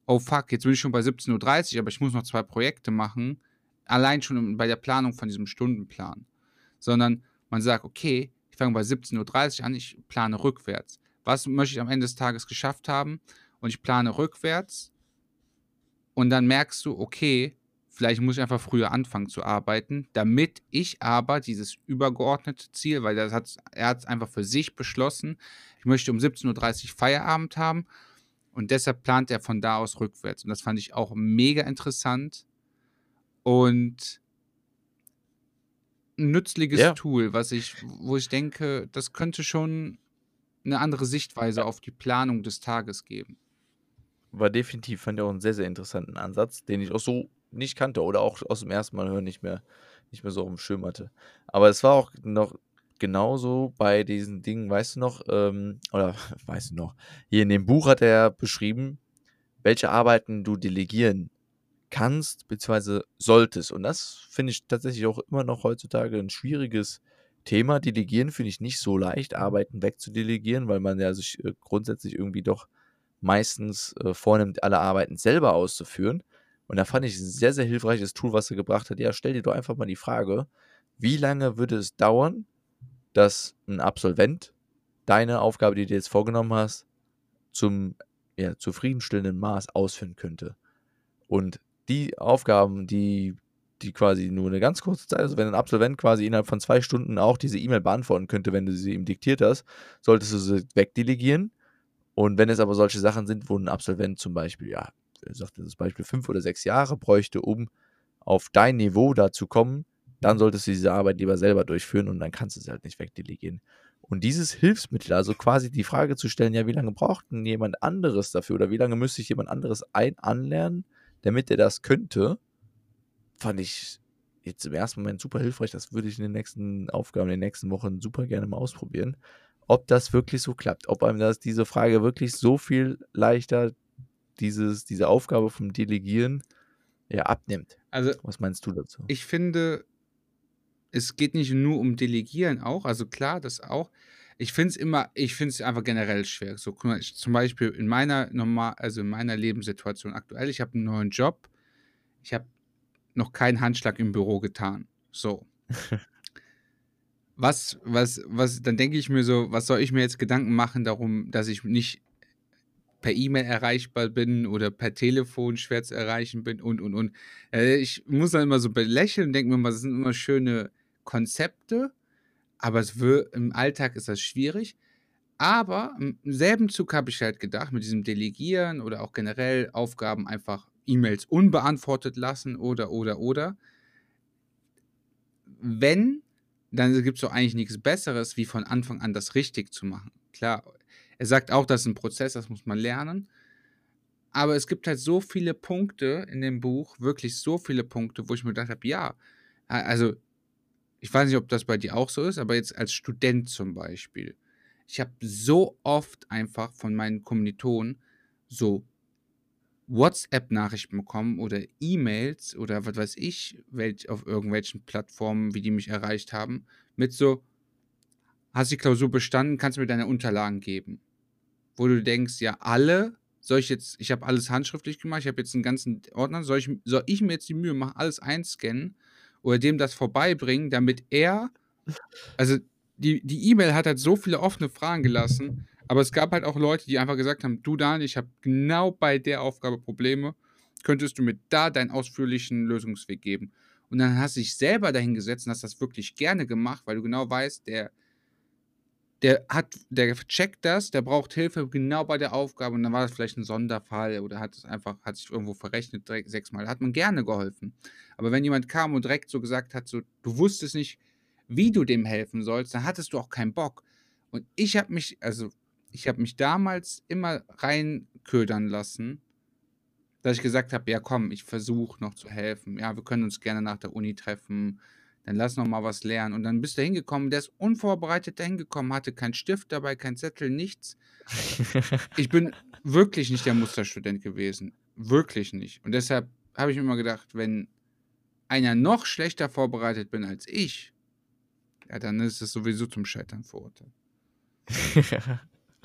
oh fuck, jetzt bin ich schon bei 17:30 Uhr, aber ich muss noch 2 Projekte machen, allein schon bei der Planung von diesem Stundenplan. Sondern man sagt, okay, ich fange bei 17:30 Uhr an, ich plane rückwärts. Was möchte ich am Ende des Tages geschafft haben? Und ich plane rückwärts und dann merkst du, okay, vielleicht muss ich einfach früher anfangen zu arbeiten, damit ich aber dieses übergeordnete Ziel, weil er hat es einfach für sich beschlossen, ich möchte um 17:30 Uhr Feierabend haben und deshalb plant er von da aus rückwärts. Und das fand ich auch mega interessant und ein nützliches Ja, Tool, wo ich denke, das könnte schon eine andere Sichtweise auf die Planung des Tages geben. war definitiv, fand ich auch einen sehr, sehr interessanten Ansatz, den ich auch so nicht kannte oder auch aus dem ersten Mal hören nicht mehr so auf dem Schirm hatte. Aber es war auch noch genauso bei diesen Dingen, weißt du noch, oder weißt du noch, hier in dem Buch hat er beschrieben, welche Arbeiten du delegieren kannst beziehungsweise solltest. Und das finde ich tatsächlich auch immer noch heutzutage ein schwieriges Thema. Delegieren finde ich nicht so leicht, Arbeiten wegzudelegieren, weil man ja sich grundsätzlich irgendwie doch meistens vornimmt, alle Arbeiten selber auszuführen. Und da fand ich ein sehr, sehr hilfreiches Tool, was er gebracht hat. Ja, stell dir doch einfach mal die Frage, wie lange würde es dauern, dass ein Absolvent deine Aufgabe, die du jetzt vorgenommen hast, zum zufriedenstellenden Maß ausführen könnte. Und die Aufgaben, die quasi nur eine ganz kurze Zeit, also wenn ein Absolvent quasi innerhalb von 2 Stunden auch diese E-Mail beantworten könnte, wenn du sie ihm diktiert hast, solltest du sie wegdelegieren. Und wenn es aber solche Sachen sind, wo ein Absolvent zum Beispiel, ja, er sagte das Beispiel 5 oder 6 Jahre bräuchte, um auf dein Niveau da zu kommen, dann solltest du diese Arbeit lieber selber durchführen und dann kannst du sie halt nicht wegdelegieren. Und dieses Hilfsmittel, also quasi die Frage zu stellen, ja, wie lange braucht denn jemand anderes dafür oder wie lange müsste ich jemand anderes anlernen, damit er das könnte, fand ich jetzt im ersten Moment super hilfreich. Das würde ich in den nächsten Aufgaben, in den nächsten Wochen super gerne mal ausprobieren, ob das wirklich so klappt, ob einem diese Frage wirklich so viel leichter diese Aufgabe vom Delegieren abnimmt. Also Was meinst du dazu? ich finde, es geht nicht nur um Delegieren auch, also klar, das auch. Ich finde es einfach generell schwer. So, guck mal, zum Beispiel in meiner in meiner Lebenssituation aktuell, ich habe einen neuen Job, ich habe noch keinen Handschlag im Büro getan. So. Dann denke ich mir so, was soll ich mir jetzt Gedanken machen darum, dass ich nicht per E-Mail erreichbar bin oder per Telefon schwer zu erreichen bin und. Ich muss dann immer so belächeln und denke mir immer, das sind immer schöne Konzepte, aber im Alltag ist das schwierig. Aber im selben Zug habe ich halt gedacht, mit diesem Delegieren oder auch generell Aufgaben einfach E-Mails unbeantwortet lassen oder. Wenn, dann gibt es doch eigentlich nichts Besseres, wie von Anfang an das richtig zu machen. Klar, er sagt auch, das ist ein Prozess, das muss man lernen. Aber es gibt halt so viele Punkte in dem Buch, wirklich so viele Punkte, wo ich mir gedacht habe, ja, also ich weiß nicht, ob das bei dir auch so ist, aber jetzt als Student zum Beispiel. Ich habe so oft einfach von meinen Kommilitonen so WhatsApp-Nachrichten bekommen oder E-Mails oder was weiß ich, auf irgendwelchen Plattformen, wie die mich erreicht haben, mit so, hast die Klausur bestanden, kannst du mir deine Unterlagen geben. Wo du denkst, ja, ich habe alles handschriftlich gemacht, ich habe jetzt einen ganzen Ordner, soll ich mir jetzt die Mühe machen, alles einscannen oder dem das vorbeibringen, damit also die E-Mail hat halt so viele offene Fragen gelassen, aber es gab halt auch Leute, die einfach gesagt haben, du Daniel, ich habe genau bei der Aufgabe Probleme, könntest du mir da deinen ausführlichen Lösungsweg geben? Und dann hast du dich selber dahingesetzt und hast das wirklich gerne gemacht, weil du genau weißt, der checkt das, der braucht Hilfe genau bei der Aufgabe und dann war das vielleicht ein Sonderfall oder hat sich irgendwo verrechnet, direkt 6-mal. Da hat man gerne geholfen. Aber wenn jemand kam und direkt so gesagt hat, so, du wusstest nicht, wie du dem helfen sollst, dann hattest du auch keinen Bock. Und ich habe mich damals immer reinködern lassen, dass ich gesagt habe, ja komm, ich versuche noch zu helfen. Ja, wir können uns gerne nach der Uni treffen. Dann lass noch mal was lernen. Und dann bist du hingekommen, der ist unvorbereitet dahin gekommen, hatte keinen Stift dabei, keinen Zettel, nichts. Ich bin wirklich nicht der Musterstudent gewesen. Wirklich nicht. Und deshalb habe ich mir immer gedacht, wenn einer noch schlechter vorbereitet bin als ich, ja, dann ist es sowieso zum Scheitern verurteilt.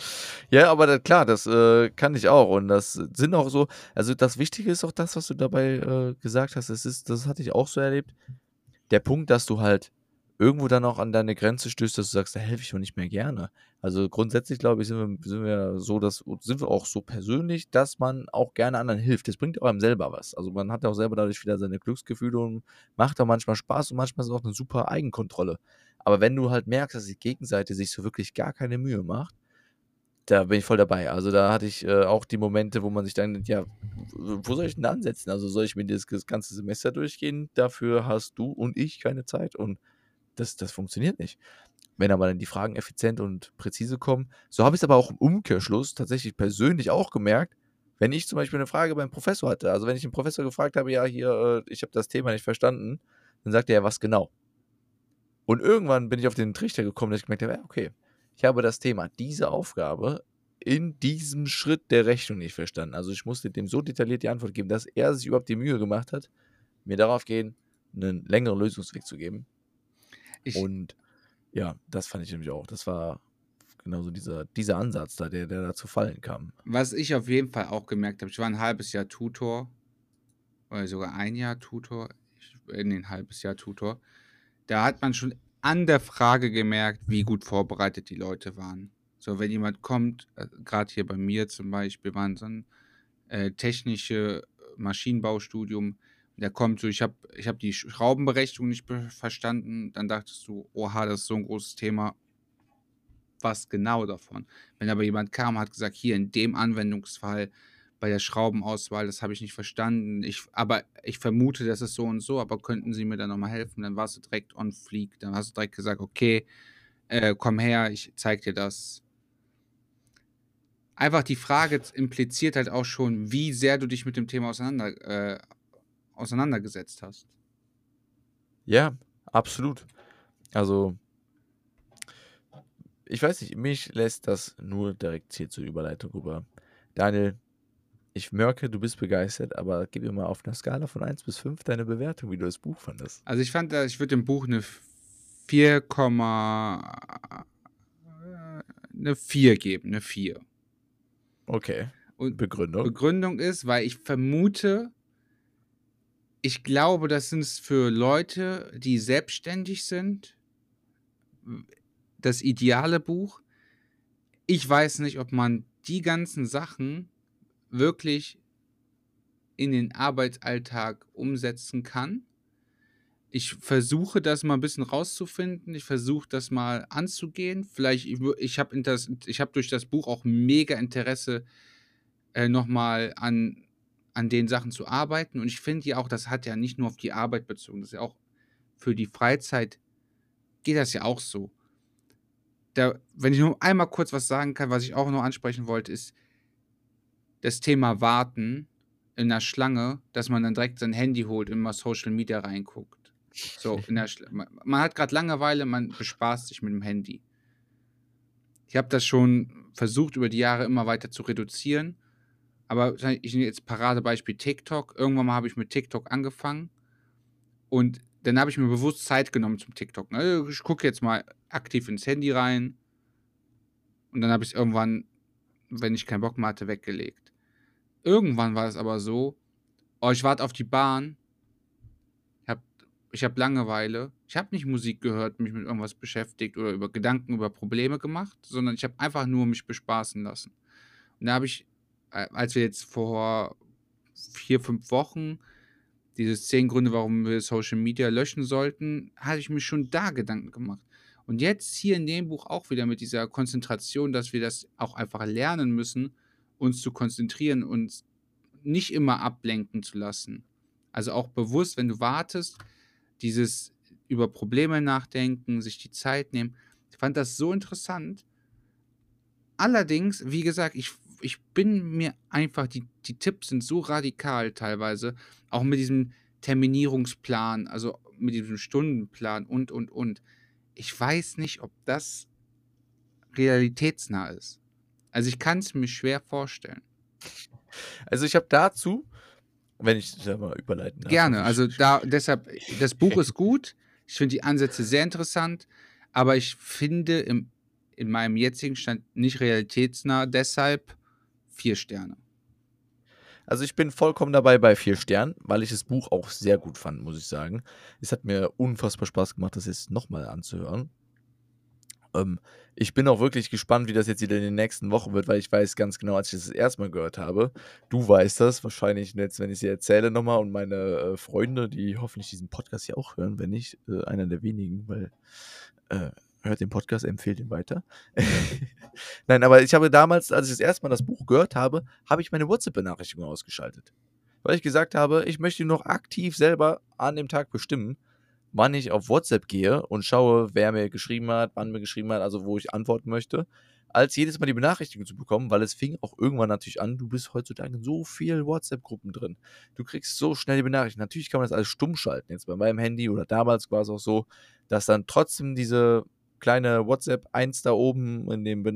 Ja, aber klar, das kann ich auch. Und das sind auch so, also das Wichtige ist auch das, was du dabei gesagt hast. Das hatte ich auch so erlebt. Der Punkt, dass du halt irgendwo dann auch an deine Grenze stößt, dass du sagst, da helfe ich mir nicht mehr gerne. Also grundsätzlich, glaube ich, sind wir so, sind wir auch so persönlich, dass man auch gerne anderen hilft. Das bringt auch einem selber was. Also man hat auch selber dadurch wieder seine Glücksgefühle und macht auch manchmal Spaß und manchmal ist es auch eine super Eigenkontrolle. Aber wenn du halt merkst, dass die Gegenseite sich so wirklich gar keine Mühe macht, da bin ich voll dabei. Also da hatte ich auch die Momente, wo man sich dann denkt, ja, wo soll ich denn da ansetzen? Also soll ich mir das ganze Semester durchgehen? Dafür hast du und ich keine Zeit und das funktioniert nicht. Wenn aber dann die Fragen effizient und präzise kommen. So habe ich es aber auch im Umkehrschluss tatsächlich persönlich auch gemerkt, wenn ich zum Beispiel eine Frage beim Professor hatte. Also wenn ich den Professor gefragt habe, ja, hier, ich habe das Thema nicht verstanden, dann sagt er ja, was genau. Und irgendwann bin ich auf den Trichter gekommen, dass ich gemerkt habe, ja, okay, ich habe das Thema, diese Aufgabe in diesem Schritt der Rechnung nicht verstanden. Also ich musste dem so detailliert die Antwort geben, dass er sich überhaupt die Mühe gemacht hat, mir darauf gehen, einen längeren Lösungsweg zu geben. Ich, Und ja, das fand ich nämlich auch. Das war genauso dieser Ansatz da, der da zu fallen kam. was ich auf jeden Fall auch gemerkt habe, ich war ein halbes Jahr Tutor, oder sogar ein Jahr Tutor, ein halbes Jahr Tutor. Da hat man schon an der Frage gemerkt, wie gut vorbereitet die Leute waren. So, wenn jemand kommt, gerade hier bei mir zum Beispiel, war so ein technische Maschinenbaustudium, der kommt so, ich hab die Schraubenberechnung nicht verstanden, dann dachtest du, oha, das ist so ein großes Thema, was genau davon? Wenn aber jemand kam, hat gesagt, hier in dem Anwendungsfall bei der Schraubenauswahl, das habe ich nicht verstanden. Aber ich vermute, das ist so und so, aber könnten Sie mir da nochmal helfen? Dann warst du direkt on fleek. Dann hast du direkt gesagt, okay, komm her, ich zeig dir das. Einfach die Frage impliziert halt auch schon, wie sehr du dich mit dem Thema auseinandergesetzt hast. Ja, absolut. Also, ich weiß nicht, mich lässt das nur direkt hier zur Überleitung rüber. Daniel, ich merke, du bist begeistert, aber gib mir mal auf einer Skala von 1 bis 5 deine Bewertung, wie du das Buch fandest. Also ich fand, ich würde dem Buch eine 4, eine 4 geben, eine 4. Okay. Und Begründung? Begründung ist, weil ich vermute, ich glaube, das sind für Leute, die selbstständig sind, das ideale Buch. Ich weiß nicht, ob man die ganzen Sachen wirklich in den Arbeitsalltag umsetzen kann. Ich versuche das mal ein bisschen rauszufinden. Ich versuche das mal anzugehen. Vielleicht, ich habe durch das Buch auch mega Interesse, nochmal an den Sachen zu arbeiten. Und ich finde ja auch, das hat ja nicht nur auf die Arbeit bezogen, das ist ja auch für die Freizeit geht das ja auch so. Wenn ich nur einmal kurz was sagen kann, was ich auch noch ansprechen wollte, ist das Thema Warten in der Schlange, dass man dann direkt sein Handy holt und mal Social Media reinguckt. So, man hat gerade Langeweile, man bespaßt sich mit dem Handy. Ich habe das schon versucht, über die Jahre immer weiter zu reduzieren. Aber ich nehme jetzt Paradebeispiel TikTok. Irgendwann mal habe ich mit TikTok angefangen. Und dann habe ich mir bewusst Zeit genommen zum TikTok. Also ich gucke jetzt mal aktiv ins Handy rein. Und dann habe ich es irgendwann, wenn ich keinen Bock mehr hatte, weggelegt. Irgendwann war es aber so, ich warte auf die Bahn. Ich habe Langeweile. Ich habe nicht Musik gehört, mich mit irgendwas beschäftigt oder über Gedanken über Probleme gemacht, sondern ich habe einfach nur mich bespaßen lassen. Und da habe ich, als wir jetzt vor 4, 5 Wochen diese 10 Gründe, warum wir Social Media löschen sollten, hatte ich mir schon da Gedanken gemacht. Und jetzt hier in dem Buch auch wieder mit dieser Konzentration, dass wir das auch einfach lernen müssen, uns zu konzentrieren und nicht immer ablenken zu lassen. Also auch bewusst, wenn du wartest, dieses über Probleme nachdenken, sich die Zeit nehmen. Ich fand das so interessant. Allerdings, wie gesagt, ich bin mir einfach, die Tipps sind so radikal teilweise, auch mit diesem Terminierungsplan, also mit diesem Stundenplan und. Ich weiß nicht, ob das realitätsnah ist. Also ich kann es mir schwer vorstellen. Also ich habe dazu, wenn ich da mal überleiten darf. Gerne, also deshalb, das Buch ist gut. Ich finde die Ansätze sehr interessant, aber ich finde, in meinem jetzigen Stand nicht realitätsnah, deshalb 4 Sterne. Also ich bin vollkommen dabei bei 4 Sternen, weil ich das Buch auch sehr gut fand, muss ich sagen. Es hat mir unfassbar Spaß gemacht, das jetzt nochmal anzuhören. Ich bin auch wirklich gespannt, wie das jetzt wieder in den nächsten Wochen wird, weil ich weiß ganz genau, als ich das erste Mal gehört habe, du weißt das wahrscheinlich jetzt, wenn ich es dir erzähle nochmal und meine Freunde, die hoffentlich diesen Podcast hier auch hören, wenn nicht, einer der wenigen, weil hört den Podcast, empfehlt ihn weiter. Nein, aber ich habe damals, als ich das erste Mal das Buch gehört habe, habe ich meine WhatsApp-Benachrichtigung ausgeschaltet. Weil ich gesagt habe, ich möchte noch aktiv selber an dem Tag bestimmen, wann ich auf WhatsApp gehe und schaue, wer mir geschrieben hat, wann mir geschrieben hat, also wo ich antworten möchte, als jedes Mal die Benachrichtigung zu bekommen, weil es fing auch irgendwann natürlich an, du bist heutzutage in so vielen WhatsApp-Gruppen drin. Du kriegst so schnell die Benachrichtigung. Natürlich kann man das alles stumm schalten, jetzt bei meinem Handy oder damals war es auch so, dass dann trotzdem diese kleine WhatsApp 1 da oben in dem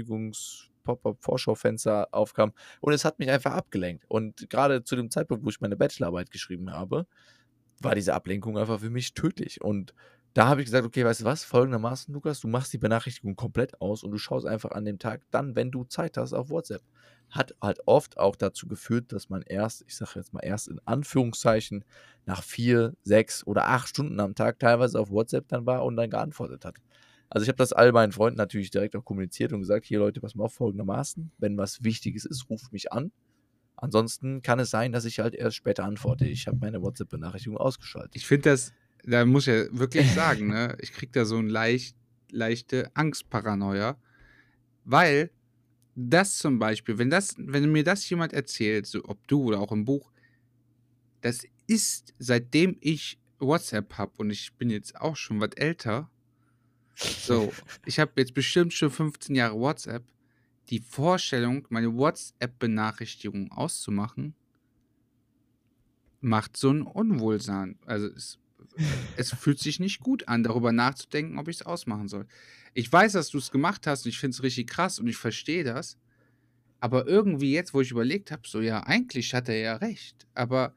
Benachrichtigungs-Pop-Up-Vorschaufenster aufkam und es hat mich einfach abgelenkt. Und gerade zu dem Zeitpunkt, wo ich meine Bachelorarbeit geschrieben habe, war diese Ablenkung einfach für mich tödlich. Und da habe ich gesagt, okay, weißt du was, folgendermaßen, Lukas, du machst die Benachrichtigung komplett aus und du schaust einfach an dem Tag dann, wenn du Zeit hast, auf WhatsApp. Hat halt oft auch dazu geführt, dass man erst, ich sage jetzt mal erst in Anführungszeichen, nach 4, 6 oder 8 Stunden am Tag teilweise auf WhatsApp dann war und dann geantwortet hat. Also ich habe das all meinen Freunden natürlich direkt auch kommuniziert und gesagt, hier Leute, pass mal auf, folgendermaßen, wenn was Wichtiges ist, ruft mich an. Ansonsten kann es sein, dass ich halt erst später antworte. Ich habe meine WhatsApp-Benachrichtigung ausgeschaltet. Ich finde das, da muss ich ja wirklich sagen, ne, ich kriege da so eine leichte Angstparanoia, weil das zum Beispiel, wenn mir das jemand erzählt, so ob du oder auch im Buch, das ist, seitdem ich WhatsApp habe und ich bin jetzt auch schon was älter, so, ich habe jetzt bestimmt schon 15 Jahre WhatsApp, die Vorstellung, meine WhatsApp-Benachrichtigung auszumachen, macht so ein Unwohlsein. Also es fühlt sich nicht gut an, darüber nachzudenken, ob ich es ausmachen soll. Ich weiß, dass du es gemacht hast und ich finde es richtig krass und ich verstehe das. Aber irgendwie jetzt, wo ich überlegt habe, so ja, eigentlich hat er ja recht. Aber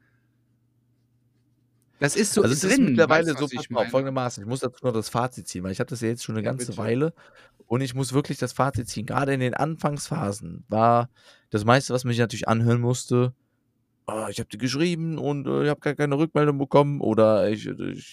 das ist so Also es ist drin, weißt mittlerweile du, so, was pass ich mal auf, meine? folgendermaßen, ich muss dazu noch das Fazit ziehen, weil ich habe das ja jetzt schon eine Ja, ganze bitte. Weile und ich muss wirklich das Fazit ziehen. Gerade in den Anfangsphasen war das meiste, was mich natürlich anhören musste, ich habe dir geschrieben und ich habe gar keine Rückmeldung bekommen oder ich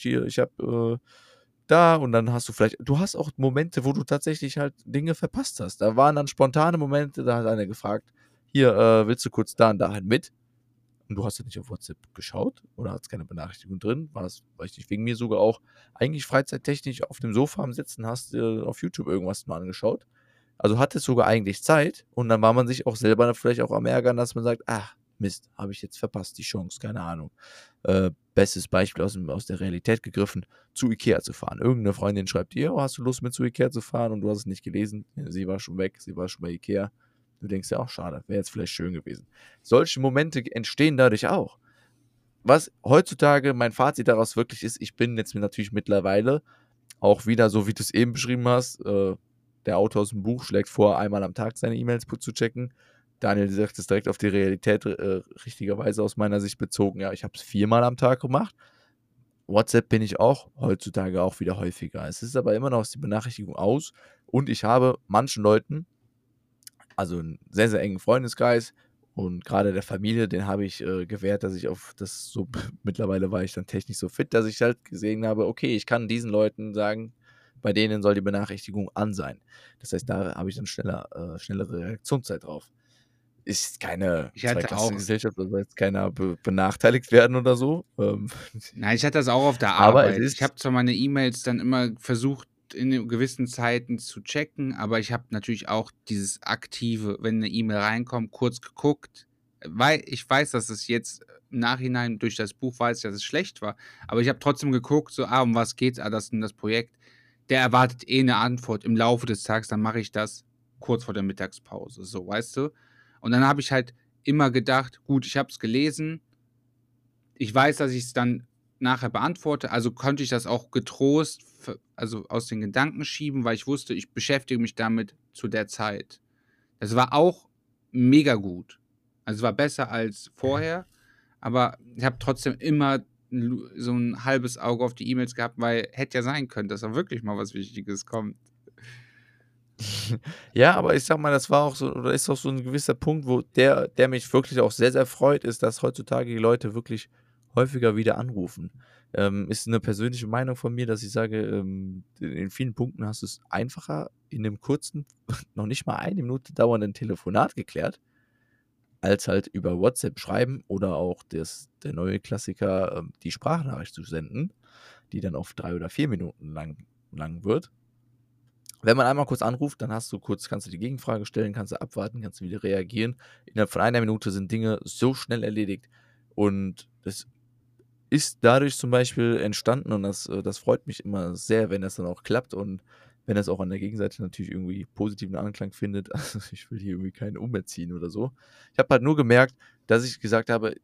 habe da und dann hast du hast auch Momente, wo du tatsächlich halt Dinge verpasst hast. Da waren dann spontane Momente, da hat einer gefragt, hier, willst du kurz da und dahin mit? Und du hast ja nicht auf WhatsApp geschaut oder hast keine Benachrichtigung drin, warst, weiß ich nicht, wegen mir sogar auch eigentlich freizeittechnisch auf dem Sofa am Sitzen, hast auf YouTube irgendwas mal angeschaut. Also hattest sogar eigentlich Zeit und dann war man sich auch selber vielleicht auch am Ärgern, dass man sagt, ach, Mist, habe ich jetzt verpasst, die Chance, keine Ahnung. Bestes Beispiel aus der Realität gegriffen, zu Ikea zu fahren. Irgendeine Freundin schreibt dir, oh, hast du Lust mit zu Ikea zu fahren und du hast es nicht gelesen. Ja, sie war schon weg, sie war schon bei Ikea. Du denkst ja auch, schade, wäre jetzt vielleicht schön gewesen. Solche Momente entstehen dadurch auch. Was heutzutage mein Fazit daraus wirklich ist, ich bin jetzt natürlich mittlerweile auch wieder, so wie du es eben beschrieben hast, der Autor aus dem Buch schlägt vor, einmal am Tag seine E-Mails zu checken. Daniel sagt es direkt auf die Realität richtigerweise aus meiner Sicht bezogen. Ja, ich habe es 4-mal am Tag gemacht. WhatsApp bin ich auch heutzutage auch wieder häufiger. Es ist aber immer noch die Benachrichtigung aus und ich habe manchen Leuten, also einen sehr, sehr engen Freundeskreis und gerade der Familie, den habe ich gewährt, dass ich auf das so, mittlerweile war ich dann technisch so fit, dass ich halt gesehen habe, okay, ich kann diesen Leuten sagen, bei denen soll die Benachrichtigung an sein. Das heißt, da habe ich dann schnellere Reaktionszeit drauf. Ist keine Ich hatte auch, Zweiklassengesellschaft, da soll jetzt keiner benachteiligt werden oder so. nein, ich hatte das auch auf der Aber es Arbeit. Ich ist, habe zwar meine E-Mails dann immer versucht, in gewissen Zeiten zu checken, aber ich habe natürlich auch dieses aktive, wenn eine E-Mail reinkommt, kurz geguckt, weil ich weiß, dass es jetzt im Nachhinein durch das Buch weiß, dass es schlecht war, aber ich habe trotzdem geguckt, so, um was geht's? Das ist das Projekt. Der erwartet eh eine Antwort im Laufe des Tages, dann mache ich das kurz vor der Mittagspause, so, weißt du? Und dann habe ich halt immer gedacht, gut, ich habe es gelesen, ich weiß, dass ich es dann nachher beantworte, also konnte ich das auch getrost, also aus den Gedanken schieben, weil ich wusste, ich beschäftige mich damit zu der Zeit. Das war auch mega gut. Also es war besser als vorher, aber ich habe trotzdem immer so ein halbes Auge auf die E-Mails gehabt, weil hätte ja sein können, dass da wirklich mal was Wichtiges kommt. Ja, aber ich sag mal, das war auch so, oder ist auch so ein gewisser Punkt, wo der mich wirklich auch sehr, sehr freut, ist, dass heutzutage die Leute wirklich häufiger wieder anrufen. Ist eine persönliche Meinung von mir, dass ich sage, in vielen Punkten hast du es einfacher in 'nem kurzen, noch nicht mal eine Minute dauernden Telefonat geklärt, als halt über WhatsApp schreiben oder auch der neue Klassiker, die Sprachnachricht zu senden, die dann auf 3 oder 4 Minuten lang wird. Wenn man einmal kurz anruft, dann kannst du die Gegenfrage stellen, kannst du abwarten, kannst du wieder reagieren. Innerhalb von einer Minute sind Dinge so schnell erledigt. Und das ist dadurch zum Beispiel entstanden, und das freut mich immer sehr, wenn das dann auch klappt und wenn das auch an der Gegenseite natürlich irgendwie positiven Anklang findet. Also ich will hier irgendwie keinen umerziehen oder so. Ich habe halt nur gemerkt, dass ich gesagt habe,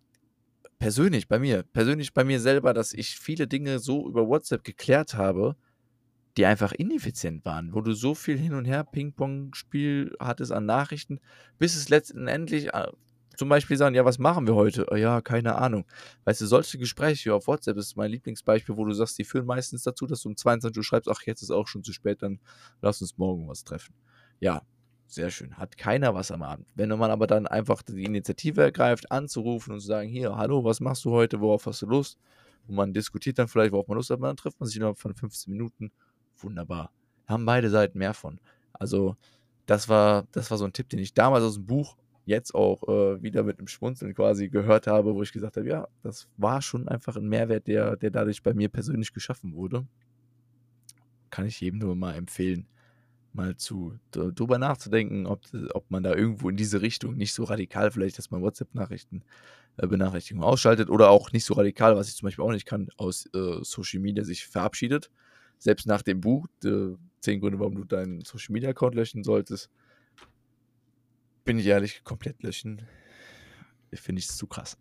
persönlich bei mir selber, dass ich viele Dinge so über WhatsApp geklärt habe, die einfach ineffizient waren, wo du so viel hin und her Ping-Pong-Spiel hattest an Nachrichten, bis es letztendlich zum Beispiel sagen, ja, was machen wir heute? Ja, keine Ahnung. Weißt du, solche Gespräche auf WhatsApp ist mein Lieblingsbeispiel, wo du sagst, die führen meistens dazu, dass du um 22 Uhr schreibst, ach, jetzt ist auch schon zu spät, dann lass uns morgen was treffen. Ja, sehr schön. Hat keiner was am Abend. Wenn man aber dann einfach die Initiative ergreift, anzurufen und zu sagen, hier, hallo, was machst du heute, worauf hast du Lust? Und man diskutiert dann vielleicht, worauf man Lust hat, dann trifft man sich innerhalb von 15 Minuten. Wunderbar. Haben beide Seiten mehr von. Also, das war so ein Tipp, den ich damals aus dem Buch jetzt auch wieder mit einem Schmunzeln quasi gehört habe, wo ich gesagt habe, ja, das war schon einfach ein Mehrwert, der dadurch bei mir persönlich geschaffen wurde. Kann ich jedem nur mal empfehlen, mal drüber nachzudenken, ob man da irgendwo in diese Richtung nicht so radikal vielleicht, dass man Benachrichtigungen ausschaltet oder auch nicht so radikal, was ich zum Beispiel auch nicht kann, aus Social Media sich verabschiedet. Selbst nach dem Buch, 10 Gründe, warum du deinen Social Media Account löschen solltest, bin ich ehrlich, komplett löschen. Finde ich zu krass.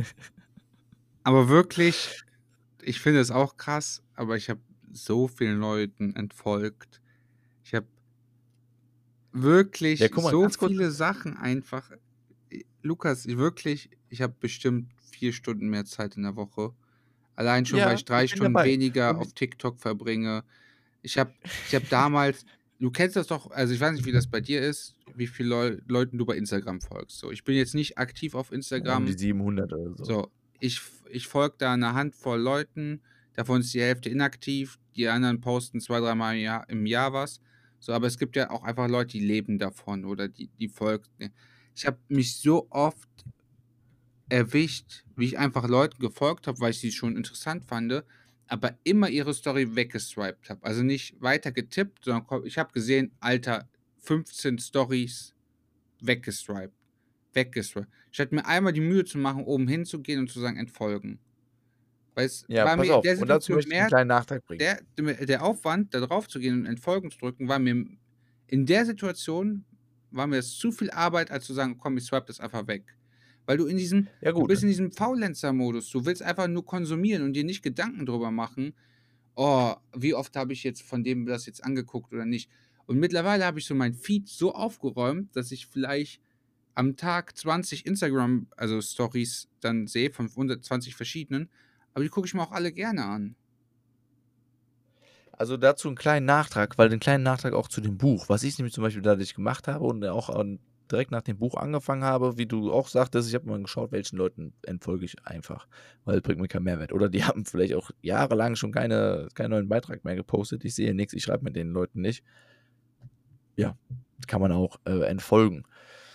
Aber wirklich, ich finde es auch krass, aber ich habe so vielen Leuten entfolgt. Ich habe Ja, wirklich guck mal, so ganz kurz. viele Sachen einfach. Lukas, ich habe bestimmt 4 Stunden mehr Zeit in der Woche. Allein schon, weil Ja, ich 3 ich bin Stunden dabei. weniger Und auf TikTok verbringe. Ich habe damals, du kennst das doch, also ich weiß nicht, wie das bei dir ist, wie viel Leuten du bei Instagram folgst. So, ich bin jetzt nicht aktiv auf um die Instagram. 700 oder so. So, ich folge da einer Handvoll Leuten, davon ist die Hälfte inaktiv, die anderen posten 2, dreimal im Jahr was. So, aber es gibt ja auch einfach Leute, die leben davon oder die folgen. Ich habe mich so oft erwischt, wie ich einfach Leuten gefolgt habe, weil ich sie schon interessant fand, aber immer ihre Story weggeswiped habe. Also nicht weiter getippt, sondern ich habe gesehen, Alter, 15 Stories weggeswiped. Weggeswiped. Statt mir einmal die Mühe zu machen, oben hinzugehen und zu sagen, entfolgen. Weil es Ja, war pass mir in auf. der Und dazu Situation möchte ich einen mehr, kleinen Nachtrag bringen. der Aufwand, da drauf zu gehen und entfolgen zu drücken, war mir in der Situation, war mir das zu viel Arbeit, als zu sagen, komm, ich swipe das einfach weg. Weil Ja, du gut. bist in diesem Faulenzer-Modus. Du willst einfach nur konsumieren und dir nicht Gedanken drüber machen, oh, wie oft habe ich jetzt von dem das jetzt angeguckt oder nicht. Und mittlerweile habe ich so mein Feed so aufgeräumt, dass ich vielleicht am Tag 20 Instagram, also Stories dann sehe von 120 verschiedenen, aber die gucke ich mir auch alle gerne an. Also dazu einen kleinen Nachtrag, weil den kleinen Nachtrag auch zu dem Buch. Was ich nämlich zum Beispiel dadurch gemacht habe und auch direkt nach dem Buch angefangen habe, wie du auch sagtest, ich habe mal geschaut, welchen Leuten entfolge ich einfach, weil es bringt mir keinen Mehrwert. Oder die haben vielleicht auch jahrelang schon keinen neuen Beitrag mehr gepostet. Ich sehe nichts, ich schreibe mit den Leuten nicht. Ja, kann man auch entfolgen.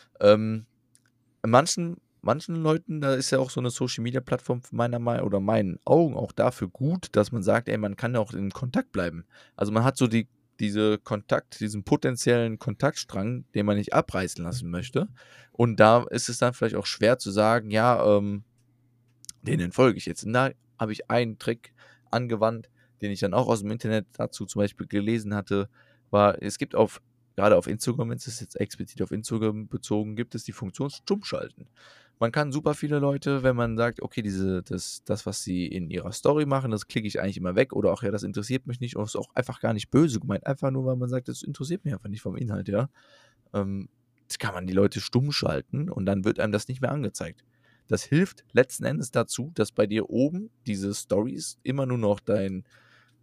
Manchen Leuten, da ist ja auch so eine Social-Media-Plattform meinen Augen auch dafür gut, dass man sagt, ey, man kann ja auch in Kontakt bleiben. Also, man hat so diesen potenziellen Kontaktstrang, den man nicht abreißen lassen möchte. Und da ist es dann vielleicht auch schwer zu sagen: „Ja, den entfolge ich jetzt.“ Und da habe ich einen Trick angewandt, den ich dann auch aus dem Internet dazu zum Beispiel gelesen hatte, es gibt gerade auf Instagram, wenn es jetzt explizit auf Instagram bezogen, gibt es die Funktion Stummschalten. Man kann super viele Leute, wenn man sagt, okay, was sie in ihrer Story machen, das klicke ich eigentlich immer weg oder auch, ja, das interessiert mich nicht, oder ist auch einfach gar nicht böse gemeint, einfach nur, weil man sagt, das interessiert mich einfach nicht vom Inhalt, ja. Ähm, Kann man die Leute stumm schalten und dann wird einem das nicht mehr angezeigt. Das hilft letzten Endes dazu, dass bei dir oben diese Stories immer nur noch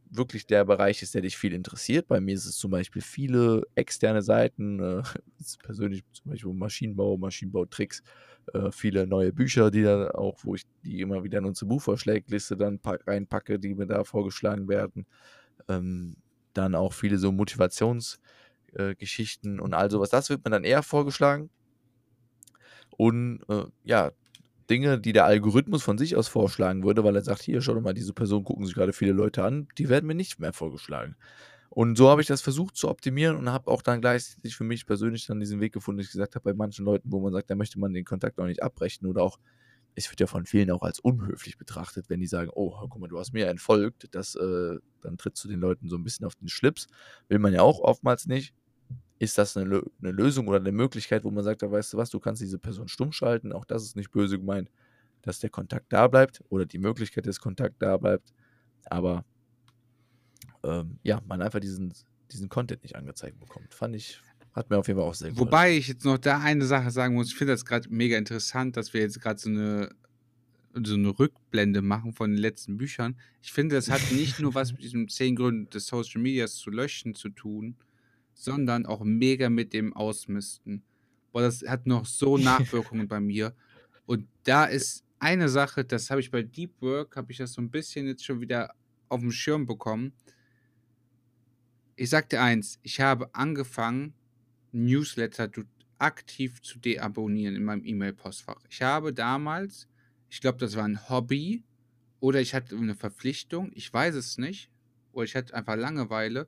wirklich der Bereich ist, der dich viel interessiert. Bei mir ist es zum Beispiel viele externe Seiten, persönlich zum Beispiel Maschinenbautricks, viele neue Bücher, die da auch, wo ich die immer wieder in unsere Buchvorschlägliste dann reinpacke, die mir da vorgeschlagen werden. Dann auch viele so Motivationsgeschichten und all sowas. Das wird mir dann eher vorgeschlagen. Und ja, Dinge, die der Algorithmus von sich aus vorschlagen würde, weil er sagt, hier, schau doch mal, diese Person gucken sich gerade viele Leute an, die werden mir nicht mehr vorgeschlagen. Und so habe ich das versucht zu optimieren und habe auch dann gleichzeitig für mich persönlich dann diesen Weg gefunden, dass ich gesagt habe, bei manchen Leuten, wo man sagt, da möchte man den Kontakt auch nicht abbrechen oder auch, es wird ja von vielen auch als unhöflich betrachtet, wenn die sagen, oh, guck mal, du hast mir entfolgt, dann trittst du den Leuten so ein bisschen auf den Schlips, will man ja auch oftmals nicht. Ist das eine Lösung oder eine Möglichkeit, wo man sagt, da weißt du was, du kannst diese Person stumm schalten, auch das ist nicht böse gemeint, dass der Kontakt da bleibt oder die Möglichkeit des Kontakts da bleibt, aber ja, man einfach diesen Content nicht angezeigt bekommt. Hat mir auf jeden Fall auch sehr geholfen. Wobei ich jetzt noch da eine Sache sagen muss, ich finde das gerade mega interessant, dass wir jetzt gerade so eine Rückblende machen von den letzten Büchern. Ich finde, das hat nicht nur was mit diesen 10 Gründen des Social Medias zu löschen zu tun, sondern auch mega mit dem Ausmisten. Boah, das hat noch so Nachwirkungen bei mir. Und da ist eine Sache, das habe ich bei Deep Work, habe ich das so ein bisschen jetzt schon wieder auf dem Schirm bekommen. Ich sag dir eins, ich habe angefangen, Newsletter aktiv zu deabonnieren in meinem E-Mail-Postfach. Ich habe damals, ich glaube, das war ein Hobby oder ich hatte eine Verpflichtung, ich weiß es nicht, oder ich hatte einfach Langeweile.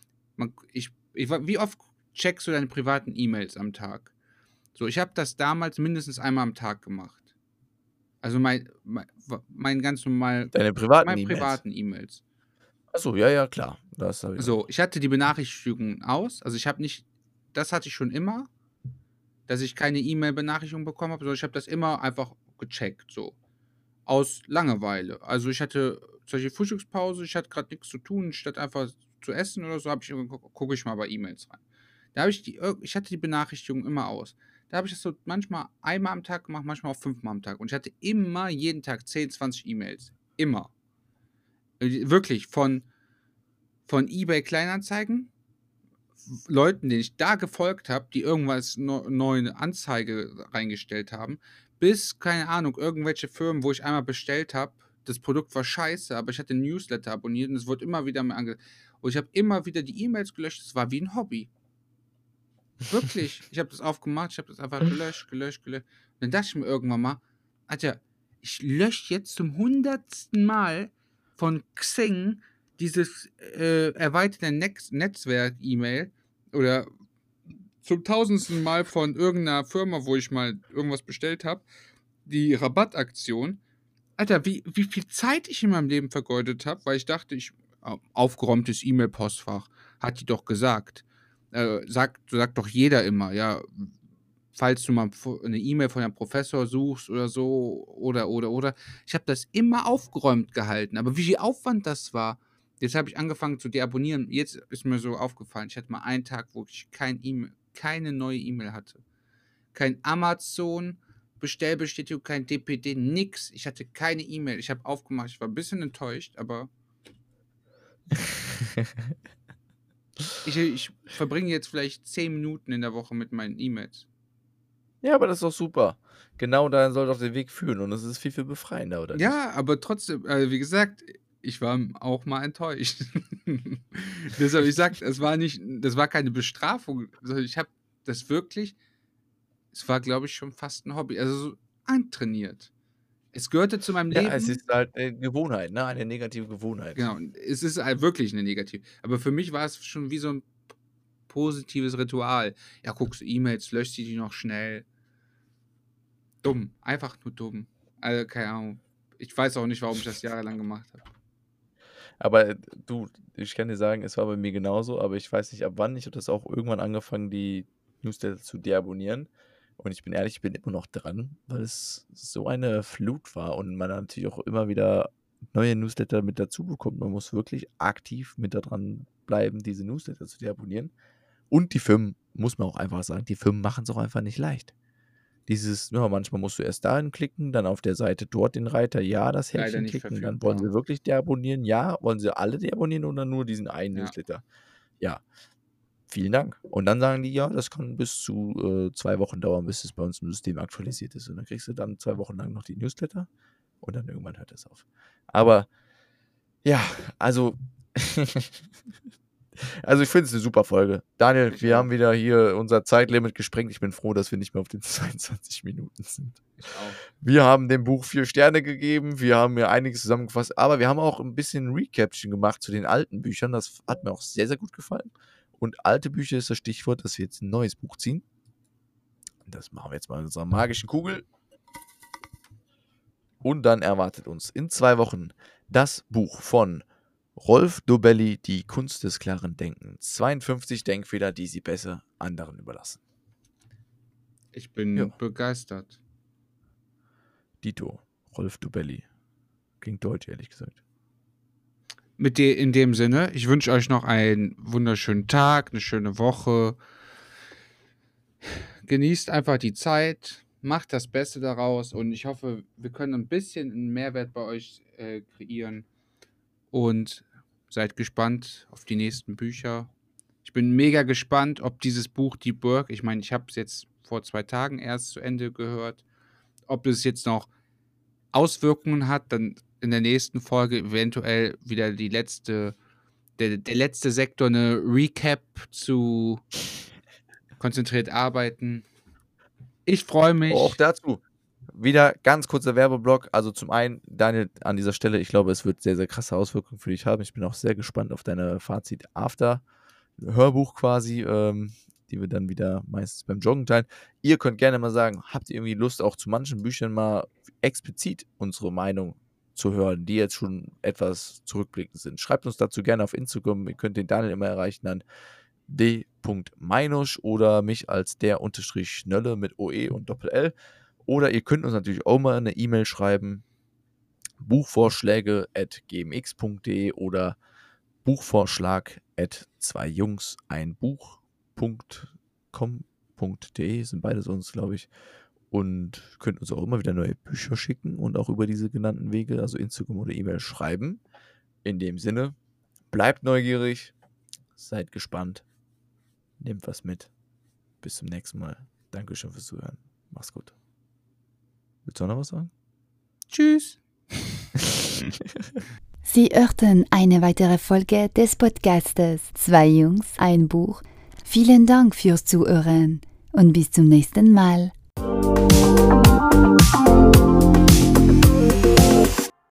Wie oft checkst du deine privaten E-Mails am Tag? So, ich habe das damals mindestens einmal am Tag gemacht. Also mein ganz normal, Deine privaten meine E-Mails? privaten E-Mails. Achso, ja, klar. Das habe ich auch. So, ich hatte die Benachrichtigungen aus. Also ich habe nicht, das hatte ich schon immer, dass ich keine E-Mail-Benachrichtigung bekommen habe, sondern ich habe das immer einfach gecheckt, so. Aus Langeweile. Also ich hatte zum Beispiel Frühstückspause, ich hatte gerade nichts zu tun, statt einfach zu essen oder so, gucke ich mal bei E-Mails rein. Da habe ich hatte die Benachrichtigung immer aus. Da habe ich das so manchmal einmal am Tag gemacht, manchmal auch 5-mal am Tag. Und ich hatte immer jeden Tag 10, 20 E-Mails. Immer. Wirklich, von eBay Kleinanzeigen, Leuten, denen ich da gefolgt habe, die irgendwas neue Anzeige reingestellt haben, bis, keine Ahnung, irgendwelche Firmen, wo ich einmal bestellt habe, das Produkt war scheiße, aber ich hatte ein Newsletter abonniert und es wurde immer wieder und ich habe immer wieder die E-Mails gelöscht, das war wie ein Hobby. Wirklich. Ich habe das aufgemacht, ich habe das einfach gelöscht. Und dann dachte ich mir irgendwann mal, Alter, ich lösche jetzt zum 100. Mal von Xing dieses erweiterte Netzwerk-E-Mail oder zum 1000. Mal von irgendeiner Firma, wo ich mal irgendwas bestellt habe, die Rabattaktion. Alter, wie viel Zeit ich in meinem Leben vergeudet habe, weil ich dachte, aufgeräumtes E-Mail-Postfach, hat die doch gesagt. Sagt doch jeder immer, ja, falls du mal eine E-Mail von einem Professor suchst oder so, oder. Ich habe das immer aufgeräumt gehalten, aber wie viel Aufwand das war. Jetzt habe ich angefangen zu deabonnieren. Jetzt ist mir so aufgefallen, ich hatte mal einen Tag, wo ich keine neue E-Mail hatte. Kein Amazon, Bestellbestätigung, kein DPD, nix. Ich hatte keine E-Mail. Ich habe aufgemacht, ich war ein bisschen enttäuscht, aber ich verbringe jetzt vielleicht 10 Minuten in der Woche mit meinen E-Mails. Ja, aber das ist doch super. Genau dahin soll doch der Weg führen und es ist viel, viel befreiender, oder nicht? Ja, aber trotzdem, wie gesagt, ich war auch mal enttäuscht. Deshalb, ich sag, das war keine Bestrafung, sondern ich habe das wirklich, es war, glaube ich, schon fast ein Hobby, also so antrainiert. Es gehörte zu meinem Ja, es Leben. ist halt eine Gewohnheit, ne? Eine negative Gewohnheit. Genau, es ist halt wirklich eine negative. Aber für mich war es schon wie so ein positives Ritual. Ja, guckst du E-Mails, löscht die noch schnell. Dumm, einfach nur dumm. Also, keine Ahnung. Ich weiß auch nicht, warum ich das jahrelang gemacht habe. Aber du, ich kann dir sagen, es war bei mir genauso, aber ich weiß nicht, ab wann. Ich habe das auch irgendwann angefangen, die Newsletter zu deabonnieren. Und ich bin ehrlich, ich bin immer noch dran, weil es so eine Flut war und man natürlich auch immer wieder neue Newsletter mit dazu bekommt. Man muss wirklich aktiv mit daran bleiben, diese Newsletter zu deabonnieren. Und die Firmen, muss man auch einfach sagen, die Firmen machen es auch einfach nicht leicht. manchmal musst du erst dahin klicken, dann auf der Seite dort den Reiter, ja, das Leider Häkchen nicht klicken, dann wollen sie verfügbar. wirklich deabonnieren, ja, wollen sie alle deabonnieren oder nur diesen einen Ja. Newsletter? Ja, vielen Dank. Und dann sagen die, ja, das kann bis zu 2 Wochen dauern, bis es bei uns im System aktualisiert ist. Und dann kriegst du dann 2 Wochen lang noch die Newsletter und dann irgendwann hört es auf. Aber ja, also ich finde es eine super Folge. Daniel, Ich wir auch. haben wieder hier unser Zeitlimit gesprengt. Ich bin froh, dass wir nicht mehr auf den 22 Minuten sind. Ich auch. Wir haben dem Buch 4 Sterne gegeben. Wir haben mir einiges zusammengefasst. Aber wir haben auch ein bisschen Recaption gemacht zu den alten Büchern. Das hat mir auch sehr, sehr gut gefallen. Und alte Bücher ist das Stichwort, dass wir jetzt ein neues Buch ziehen. Das machen wir jetzt mal in unserer magischen Kugel. Und dann erwartet uns in 2 Wochen das Buch von Rolf Dobelli, Die Kunst des klaren Denkens. 52 Denkfehler, die Sie besser anderen überlassen. Ich bin Ja. begeistert. Dito, Rolf Dobelli. Klingt deutsch, ehrlich gesagt. In dem Sinne, ich wünsche euch noch einen wunderschönen Tag, eine schöne Woche. Genießt einfach die Zeit, macht das Beste daraus und ich hoffe, wir können ein bisschen einen Mehrwert bei euch kreieren und seid gespannt auf die nächsten Bücher. Ich bin mega gespannt, ob dieses Buch Deep Work, ich meine, ich habe es jetzt vor 2 Tagen erst zu Ende gehört, ob es jetzt noch Auswirkungen hat, dann in der nächsten Folge eventuell wieder der letzte Sektor, eine Recap zu konzentriert arbeiten. Ich freue mich. Auch dazu wieder ganz kurzer Werbeblock. Also zum einen, Daniel, an dieser Stelle, ich glaube, es wird sehr, sehr krasse Auswirkungen für dich haben. Ich bin auch sehr gespannt auf deine Fazit-After-Hörbuch quasi, die wir dann wieder meistens beim Joggen teilen. Ihr könnt gerne mal sagen, habt ihr irgendwie Lust, auch zu manchen Büchern mal explizit unsere Meinung zu hören, die jetzt schon etwas zurückblickend sind. Schreibt uns dazu gerne auf Instagram. Ihr könnt den Daniel immer erreichen an d.meinusch oder mich als der_Schnölle mit OE und Doppel-L. Oder ihr könnt uns natürlich auch mal eine E-Mail schreiben, buchvorschläge@gmx.de oder buchvorschlag@2jungs-ein-buch.com.de sind beides uns, glaube ich. Und könnt uns auch immer wieder neue Bücher schicken und auch über diese genannten Wege, also Instagram oder E-Mail, schreiben. In dem Sinne, bleibt neugierig, seid gespannt, nehmt was mit. Bis zum nächsten Mal. Dankeschön fürs Zuhören. Mach's gut. Willst du auch noch was sagen? Tschüss. Sie hörten eine weitere Folge des Podcastes 2 Jungs, ein Buch. Vielen Dank fürs Zuhören und bis zum nächsten Mal.